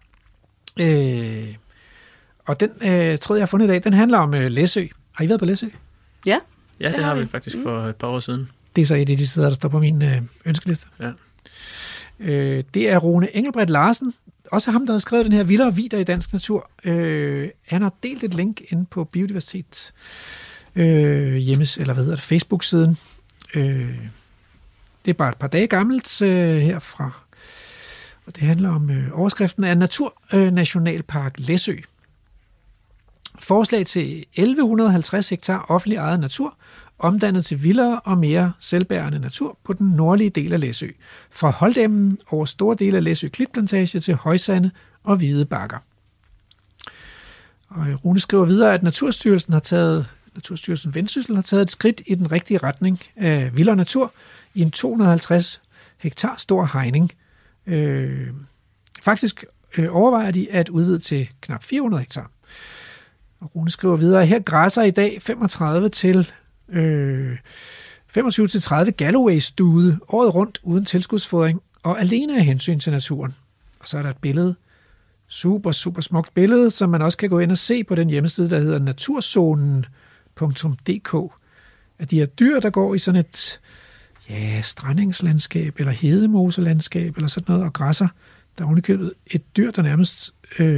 Og den tråd, jeg har fundet i dag, den handler om Læsø. Har I været på Læsø? Ja. Ja, det har vi faktisk for et par år siden. Det er så et af de steder, der står på min ønskeliste. Ja. Det er Rune Engelbrecht Larsen. Også ham, der har skrevet den her Vildere Vidder i dansk natur. Han har delt et link inde på Biodiversitet Facebook-siden. Det er bare et par dage gammelt herfra. Og det handler om overskriften af Naturnationalpark Læsø. Forslag til 1150 hektar offentlig ejet natur, omdannet til vildere og mere selvbærende natur på den nordlige del af Læsø. Fra Holdemmen over store dele af Læsø Klitplantage til højsande og hvide bakker. Og Rune skriver videre, at Naturstyrelsen har taget Naturstyrelsen Vendsyssel, har taget et skridt i den rigtige retning af vildere natur i en 250 hektar stor hegning. Faktisk overvejer de at udvide til knap 400 hektar. Og Rune skriver videre, her græsser i dag 25-30 Galloway-stude året rundt uden tilskudsfodring og alene af hensyn til naturen. Og så er der et billede, super smukt billede, som man også kan gå ind og se på den hjemmeside, der hedder naturzonen.dk, af de her dyr, der går i sådan et strandingslandskab eller hedemoselandskab eller sådan noget og græsser. Der er ovenikøbet et dyr, der nærmest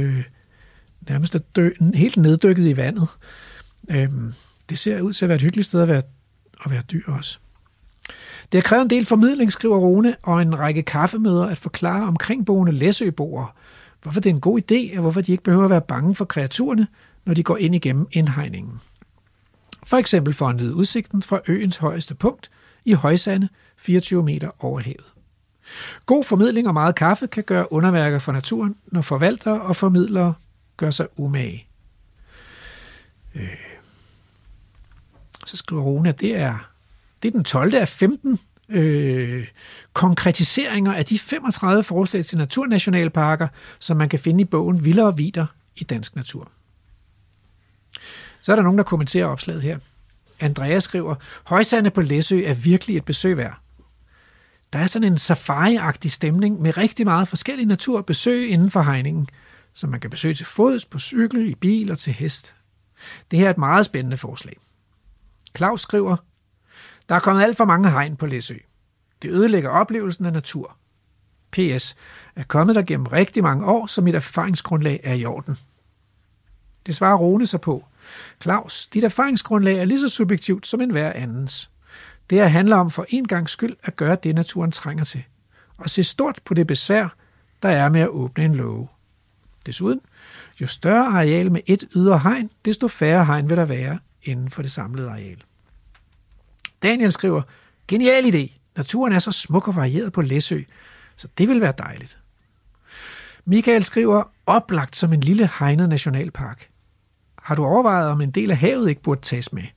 er helt neddykket i vandet. Det ser ud til at være et hyggeligt sted at være dyr også. Det har krævet en del formidling, skriver Rune, og en række kaffemøder at forklare omkringboende læsøboere, hvorfor det er en god idé, og hvorfor de ikke behøver at være bange for kreaturerne, når de går ind igennem indhegningen. For eksempel for at nyde udsigten fra øens højeste punkt i højsande 24 meter over havet. God formidling og meget kaffe kan gøre underværker for naturen, når forvaltere og formidlere gør sig umage. Så skriver Rune, at det er den 12. af 15 konkretiseringer af de 35 forslag til naturnationalparker, som man kan finde i bogen Vildere Vidder i dansk natur. Så er der nogen, der kommenterer opslaget her. Andrea skriver, Højsande på Læsø er virkelig et besøg værd. Der er sådan en safari-agtig stemning med rigtig meget forskellig natur at besøge inden for hegningen, som man kan besøge til fods, på cykel, i bil og til hest. Det her er et meget spændende forslag. Claus skriver, der er kommet alt for mange hegn på Læsø. Det ødelægger oplevelsen af natur. PS er kommet der gennem rigtig mange år, så mit erfaringsgrundlag er i orden. Det svarer Rune sig på. Claus, dit erfaringsgrundlag er lige så subjektivt som enhver andens. Det her handler om for en gangs skyld at gøre det, naturen trænger til. Og se stort på det besvær, der er med at åbne en låge. Desuden, jo større areal med et ydre hegn, desto færre hegn vil der være inden for det samlede areal. Daniel skriver, genial idé. Naturen er så smuk og varieret på Læsø, så det vil være dejligt. Michael skriver, oplagt som en lille hegnet nationalpark. Har du overvejet, om en del af havet ikke burde tages med?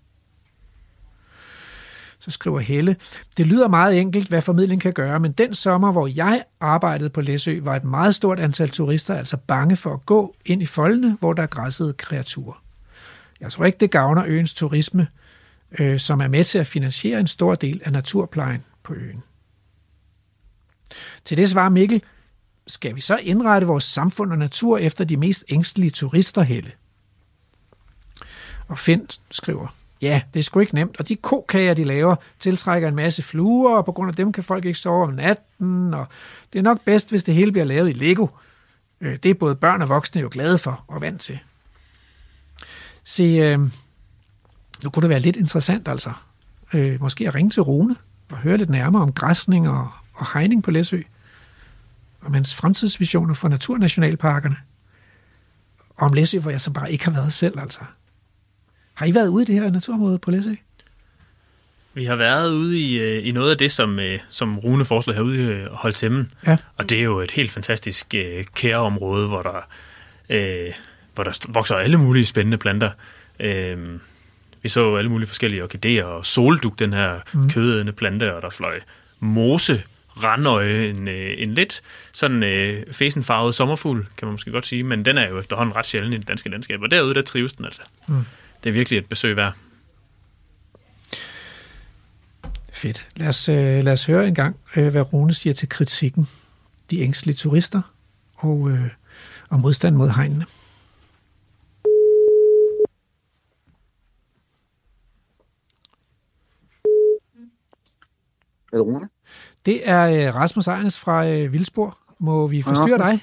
Så skriver Helle, det lyder meget enkelt, hvad formidling kan gøre, men den sommer, hvor jeg arbejdede på Læsø, var et meget stort antal turister altså bange for at gå ind i foldene, hvor der græssede kreaturer. Jeg tror ikke, det gavner øens turisme, som er med til at finansiere en stor del af naturplejen på øen. Til det svarer Mikkel, skal vi så indrette vores samfund og natur efter de mest ængstelige turister, Helle? Og Finn skriver, ja, det er sgu ikke nemt, og de kokager, de laver, tiltrækker en masse fluer, og på grund af dem kan folk ikke sove om natten, og det er nok bedst, hvis det hele bliver lavet i Lego. Det er både børn og voksne jo glade for og vant til. Se, nu kunne det være lidt interessant altså, måske at ringe til Rune og høre lidt nærmere om græsning og hegning på Læsø, om hans fremtidsvisioner for naturnationalparkerne, og om Læsø, hvor jeg så bare ikke har været selv altså. Har I været ude i det her naturområde på Læsø? Vi har været ude i noget af det, som Rune foreslår herude i Holtemmen. Ja. Og det er jo et helt fantastisk kæreområde, hvor der vokser alle mulige spændende planter. Vi så alle mulige forskellige orkideer og soldug, den her kødædende plante, og der fløj mose, randøje, en lidt sådan fesenfarvet sommerfugl, kan man måske godt sige, men den er jo efterhånden ret sjælden i det danske landskab, og derude, der trives den altså. Det er virkelig et besøg værd. Fedt. Lad os høre en gang, hvad Rune siger til kritikken. De ængstelige turister og modstand mod hegnene. Er det Rune? Det er Rasmus Ejernes fra Vildspor. Må vi forstyrre dig?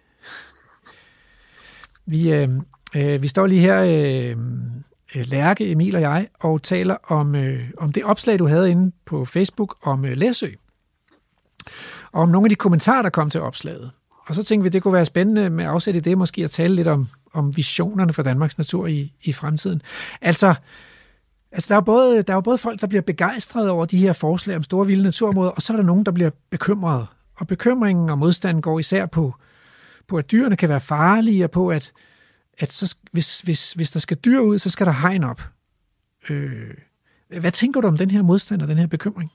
Vi står lige her, Lærke, Emil og jeg, og taler om det opslag, du havde inde på Facebook om Læsø. Og om nogle af de kommentarer, der kom til opslaget. Og så tænkte vi, det kunne være spændende med afsæt i det, måske at tale lidt om visionerne for Danmarks natur i fremtiden. Altså der er jo både folk, der bliver begejstrede over de her forslag om store vilde naturområder, og så er der nogen, der bliver bekymrede. Og bekymringen og modstanden går især på at dyrene kan være farlige, og på at så, hvis der skal dyr ud, så skal der hegn op. Hvad tænker du om den her modstand og den her bekymring?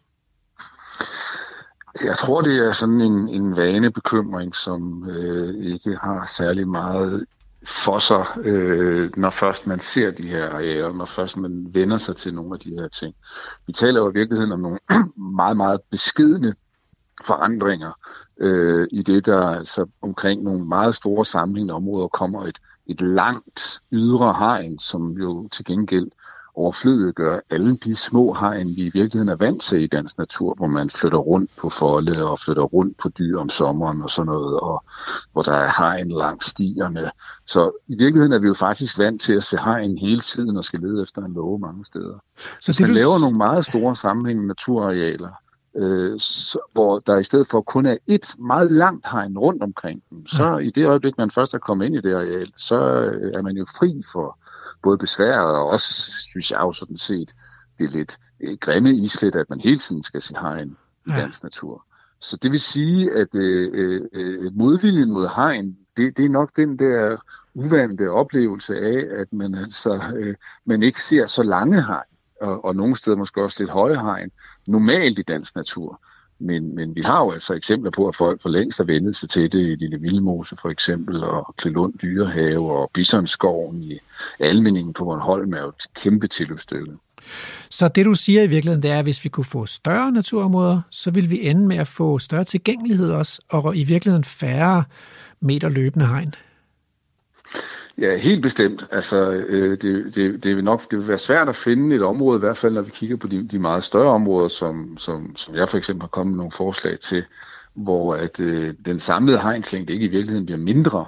Jeg tror, det er sådan en vanebekymring, som ikke har særlig meget for sig, når først man ser de her arealer, når først man vender sig til nogle af de her ting. Vi taler jo i virkeligheden om nogle meget, meget beskedne forandringer i det, der altså omkring nogle meget store sammenhængende områder kommer et langt ydre hegn, som jo til gengæld overflødiggør alle de små hegn, vi i virkeligheden er vant til i dansk natur, hvor man flytter rundt på folde og flytter rundt på dyr om sommeren og sådan noget, og hvor der er hegn langs stierne. Så i virkeligheden er vi jo faktisk vant til at se hegn hele tiden og skal lede efter en låge mange steder. Så hvis man laver nogle meget store sammenhængende naturarealer, hvor der i stedet for kun er et meget langt hegn rundt omkring dem, så i det øjeblik, man først er kommet ind i det areal, så er man jo fri for både besværet og også, synes jeg jo sådan set, det er lidt grimme islet, at man hele tiden skal se hegn i dansk natur. Så det vil sige, at modviljen mod hegn, det er nok den der uvante oplevelse af, at man man ikke ser så lange hegn, og nogle steder måske også lidt høje hegn, normalt i dansk natur. Men vi har jo altså eksempler på, at folk for længst har vendt sig til det i Lille Vildmose for eksempel, og Klelund Dyrehave og Bisonskoven i Almindingen på Bornholm er jo et kæmpe tilløbsstykke. Så det du siger i virkeligheden, det er, at hvis vi kunne få større naturområder, så vil vi ende med at få større tilgængelighed også, og i virkeligheden færre meter løbende hegn. Ja, helt bestemt. Altså, det vil være svært at finde et område, i hvert fald når vi kigger på de meget større områder, som jeg for eksempel har kommet med nogle forslag til, hvor at den samlede hegnslængde ikke i virkeligheden bliver mindre.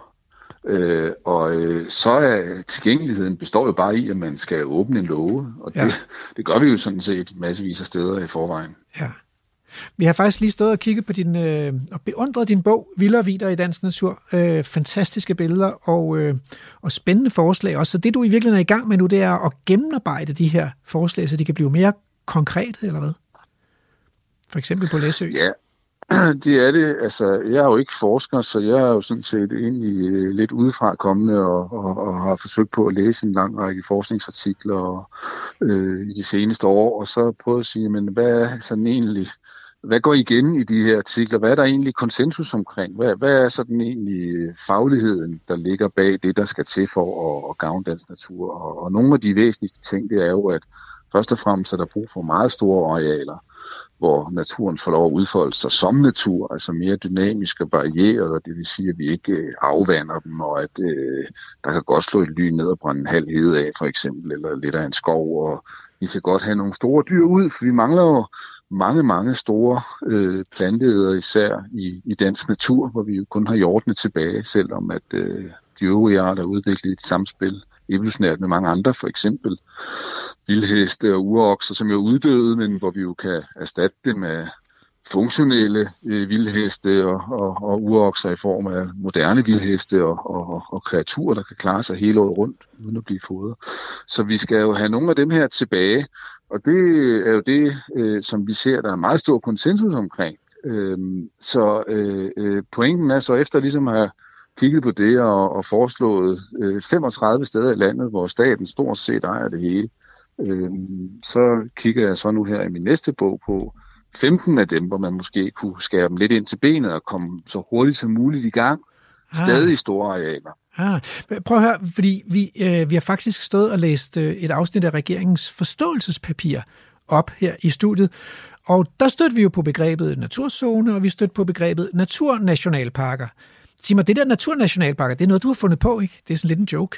Så er tilgængeligheden består jo bare i, at man skal åbne en låge, og det gør vi jo sådan set massevis af steder i forvejen. Ja. Vi har faktisk lige stået og kigget på og beundret din bog, Vilde og Vider i dansk natur. Fantastiske billeder og spændende forslag også. Så det, du i virkeligheden er i gang med nu, det er at gennemarbejde de her forslag, så de kan blive mere konkrete, eller hvad? For eksempel på Læsø. Ja, det er det. Altså, jeg er jo ikke forsker, så jeg er jo sådan set egentlig lidt udefra kommende og har forsøgt på at læse en lang række forskningsartikler i de seneste år, og så prøvet at sige, men hvad er sådan egentlig... Hvad går igen i de her artikler? Hvad er der egentlig konsensus omkring? Hvad er sådan egentlig fagligheden, der ligger bag det, der skal til for at gavne dansk natur? Og nogle af de væsentligste ting, det er jo, at først og fremmest er der brug for meget store arealer, hvor naturen får lov at udfolde sig som natur, altså mere dynamisk og varieret, og det vil sige, at vi ikke afvander dem, og at der kan godt slå et lyn ned og brænde en halv hede af, for eksempel, eller lidt af en skov, og vi kan godt have nogle store dyr ud, for vi mangler jo mange store planteædere, især i dansk natur, hvor vi jo kun har hjortene tilbage, selvom at de øvrige arter er udviklet i et samspil evolutionært med mange andre, for eksempel vildheste og urokser, som er uddøde, men hvor vi jo kan erstatte dem med funktionelle vildheste og urokser i form af moderne vildheste og kreaturer, der kan klare sig hele året rundt, uden at blive fodret. Så vi skal jo have nogle af dem her tilbage, og det er jo det, som vi ser, der er meget stor konsensus omkring. Pointen er så efter ligesom at have kigget på det og foreslået 35 steder i landet, hvor staten stort set ejer det hele, så kigger jeg så nu her i min næste bog på 15 af dem, hvor man måske kunne skære dem lidt ind til benet og komme så hurtigt som muligt i gang. Stadig store arealer. Prøv at høre, fordi vi har faktisk stået og læst et afsnit af regeringens forståelsespapir op her i studiet, og der stødte vi jo på begrebet naturzone, og vi stødte på begrebet naturnationalparker. Sig mig, det der naturnationalparker, det er noget, du har fundet på, ikke? Det er sådan lidt en joke.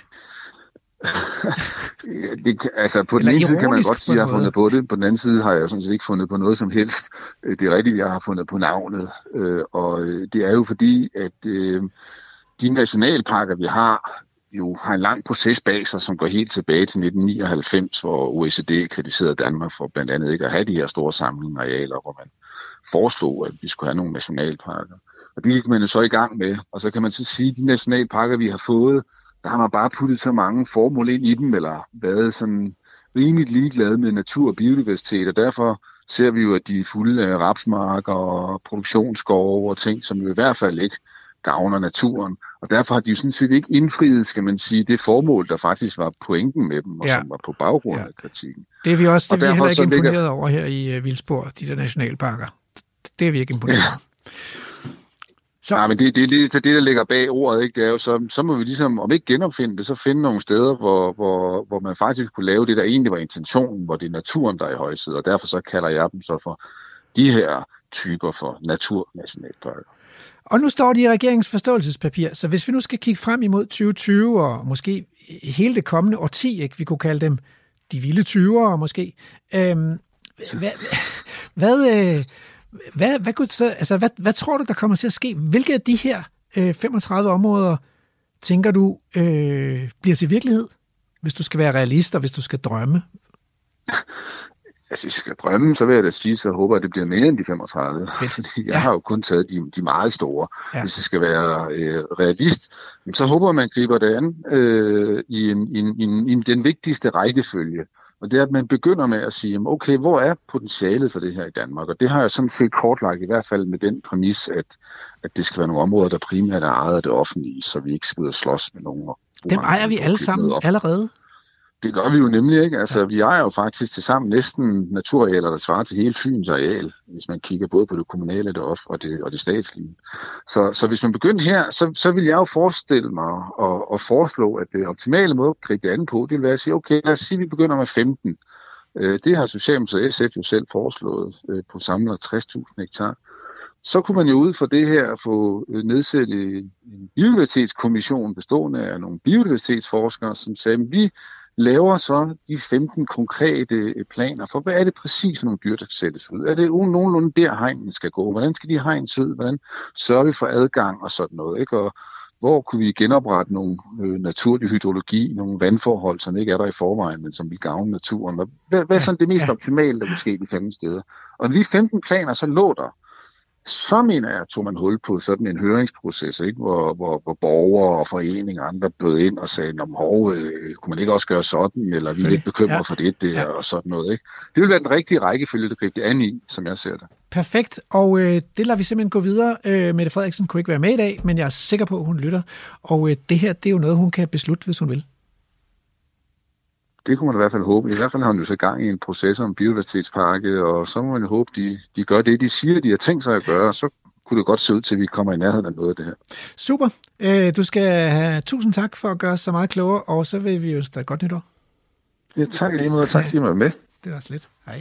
På den ene side kan man godt sige, at jeg har fundet på det. På den anden side har jeg sådan set ikke fundet på noget som helst. Det er rigtigt, jeg har fundet på navnet. Og det er jo fordi, at de nationalparker, vi har, jo har en lang proces bag sig, som går helt tilbage til 1999, hvor OECD kritiserede Danmark for blandt andet ikke at have de her store samlinger arealer, hvor man foreslog, at vi skulle have nogle nationalparker. Og det gik man jo så i gang med. Og så kan man så sige, at de nationalparker, vi har fået, der har man bare puttet så mange formål ind i dem, eller været sådan rimeligt ligeglade med natur og biodiversitet, og derfor ser vi jo, at de er fulde af rapsmarker og produktionsskove og ting, som jo i hvert fald ikke gavner naturen. Og derfor har de jo sådan set ikke indfriet, skal man sige, det formål, der faktisk var pointen med dem, og som var på baggrund af kritikken. Det er vi også, det er vi heller ikke imponeret over her i Vildspor, de der nationalparker. Det er vi ikke imponeret over. Så... Nej, men det, der ligger bag ordet, ikke? Det er jo så må vi ligesom, om ikke genopfinde det, så finde nogle steder, hvor man faktisk kunne lave det, der egentlig var intentionen, hvor det er naturen, der er i højsædet, og derfor så kalder jeg dem så for de her typer for naturnationalparker. Og nu står de i regeringens forståelsespapir, så hvis vi nu skal kigge frem imod 2020, og måske hele det kommende årti, ikke? Vi kunne kalde dem de vilde 20'ere måske. Hvad tror du, der kommer til at ske? Hvilke af de her 35 områder, tænker du, bliver til virkelighed, hvis du skal være realist, og hvis du skal drømme? Hvis jeg skal drømme, så vil jeg da sige, så håber jeg, at det bliver mere end de 35. Jeg har jo kun taget de meget store. Ja. Hvis jeg skal være realist, så håber jeg, at man griber det an i den vigtigste rækkefølge. Og det er, at man begynder med at sige, okay, hvor er potentialet for det her i Danmark? Og det har jeg sådan set kortlagt, i hvert fald med den præmis, at det skal være nogle områder, der primært er ejet af det offentlige, så vi ikke skal ud og slås med nogen. Dem ejer vi alle sammen allerede. Det gør vi jo nemlig ikke. Altså, vi ejer jo faktisk til sammen næsten naturarealer, der svarer til hele Fyns areal, hvis man kigger både på det kommunale og det statslige. Så hvis man begynder her, så vil jeg jo forestille mig og foreslå, at det optimale måde at gribe det an på, det vil være at sige, okay, lad os sige, at vi begynder med 15. Det har Socialdemokratiet og SF jo selv foreslået på samlet 60.000 hektar. Så kunne man jo ud fra det her få nedsat en biodiversitetskommission bestående af nogle biodiversitetsforskere, som sagde, at vi laver så de 15 konkrete planer for, hvad er det præcis for nogle dyr, der sættes ud? Er det nogenlunde der hegnen skal gå? Hvordan skal de hegnes ud? Hvordan sørger vi for adgang og sådan noget? Ikke? Og hvor kunne vi genoprette nogle naturlig hydrologi, nogle vandforhold, som ikke er der i forvejen, men som vil gavne naturen? Hvad er sådan det mest optimale, der måske de 15 steder? Og de 15 planer så lå der. Så mener jeg, tog man hul på sådan en høringsproces, ikke? Hvor borgere og foreninger og andre bød ind og sagde, kunne man ikke også gøre sådan, eller vi er lidt bekymret for det der og sådan noget. Ikke? Det vil være den rigtige rækkefølge, der griber det an i, som jeg ser det. Perfekt, og det lader vi simpelthen gå videre. Mette Frederiksen kunne ikke være med i dag, men jeg er sikker på, at hun lytter. Og det her, det er jo noget, hun kan beslutte, hvis hun vil. Det kunne man i hvert fald håbe. I hvert fald har hun jo så gang i en proces om biodiversitetspakke, og så må man jo håbe, de gør det, de siger, de har tænkt sig at gøre, og så kunne det godt se ud til, at vi kommer i nærheden af noget af det her. Super. Du skal have tusind tak for at gøre os så meget klogere, og så vil vi ønske dig et godt nytår. Ja, tak lige måde, tak fordi I var med. Det var slet. Hej.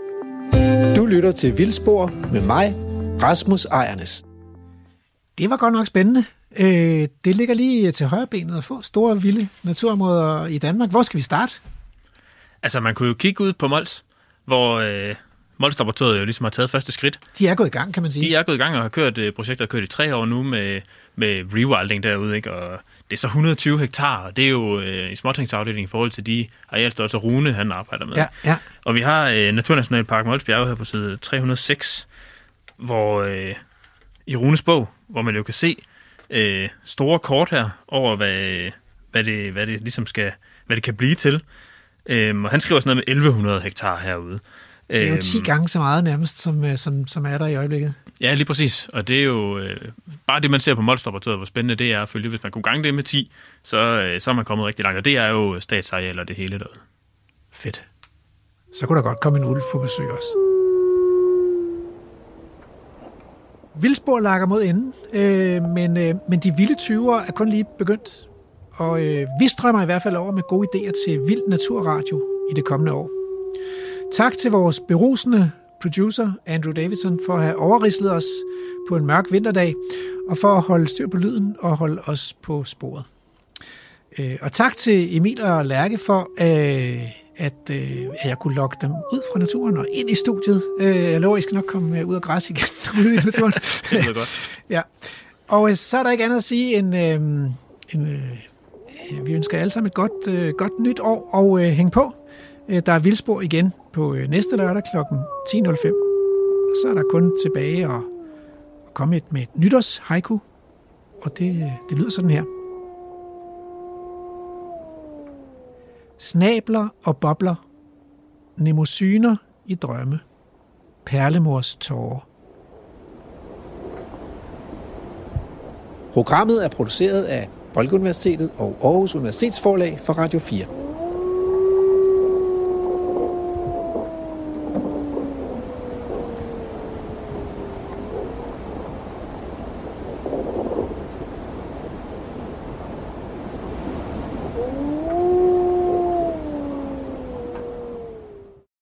Du lytter til Vildspor med mig, Rasmus Ejernes. Det var godt nok spændende. Det ligger lige til højre benet at få store, vilde naturområder i Danmark. Hvor skal vi starte? Altså, man kunne jo kigge ud på Mols, hvor Mols-laboratoriet jo ligesom har taget første skridt. De er gået i gang, kan man sige. De er gået i gang og har kørt projektet har kørt i 3 år nu med rewilding derude, ikke? Og det er så 120 hektar, og det er jo i småtingsafdelingen i forhold til de arealstørrelser, Rune han arbejder med. Ja. Og vi har Naturnationalpark Mols Bjerge her på side 306, hvor i Runes bog, hvor man jo kan se store kort her over, hvad det ligesom skal, hvad det kan blive til. Og han skriver sådan noget med 1100 hektar herude. Det er jo 10 gange så meget nærmest, som er der i øjeblikket. Ja, lige præcis. Og det er jo bare det, man ser på Mols-laboratoriet, hvor spændende det er at følge. Hvis man kunne gange det med 10, så er man kommet rigtig langt. Og det er jo statsarealer det hele derude. Fedt. Så kunne der godt komme en ulv på besøg også. Vildspor lakker mod enden, men de vilde 20'ere er kun lige begyndt. Og vi strømmer i hvert fald over med gode idéer til Vild Naturradio i det kommende år. Tak til vores berusende producer, Andrew Davidson, for at have overrislet os på en mørk vinterdag, og for at holde styr på lyden og holde os på sporet. Og tak til Emil og Lærke for, at jeg kunne lokke dem ud fra naturen og ind i studiet. Jeg lover, I skal nok komme ud af græs igen ude i naturen. Det er godt. Ja. Og så er der ikke andet at sige end vi ønsker alle sammen et godt nyt år, og hæng på. Der er Vildspor igen på næste lørdag kl. 10.05. Og så er der kun tilbage at komme med et nytårs haiku. Og det lyder sådan her. Snabler og bobler, nemosyner i drømme, perlemors tårer. Programmet er produceret af Folkeuniversitetet og Aarhus Universitetsforlag for Radio 4.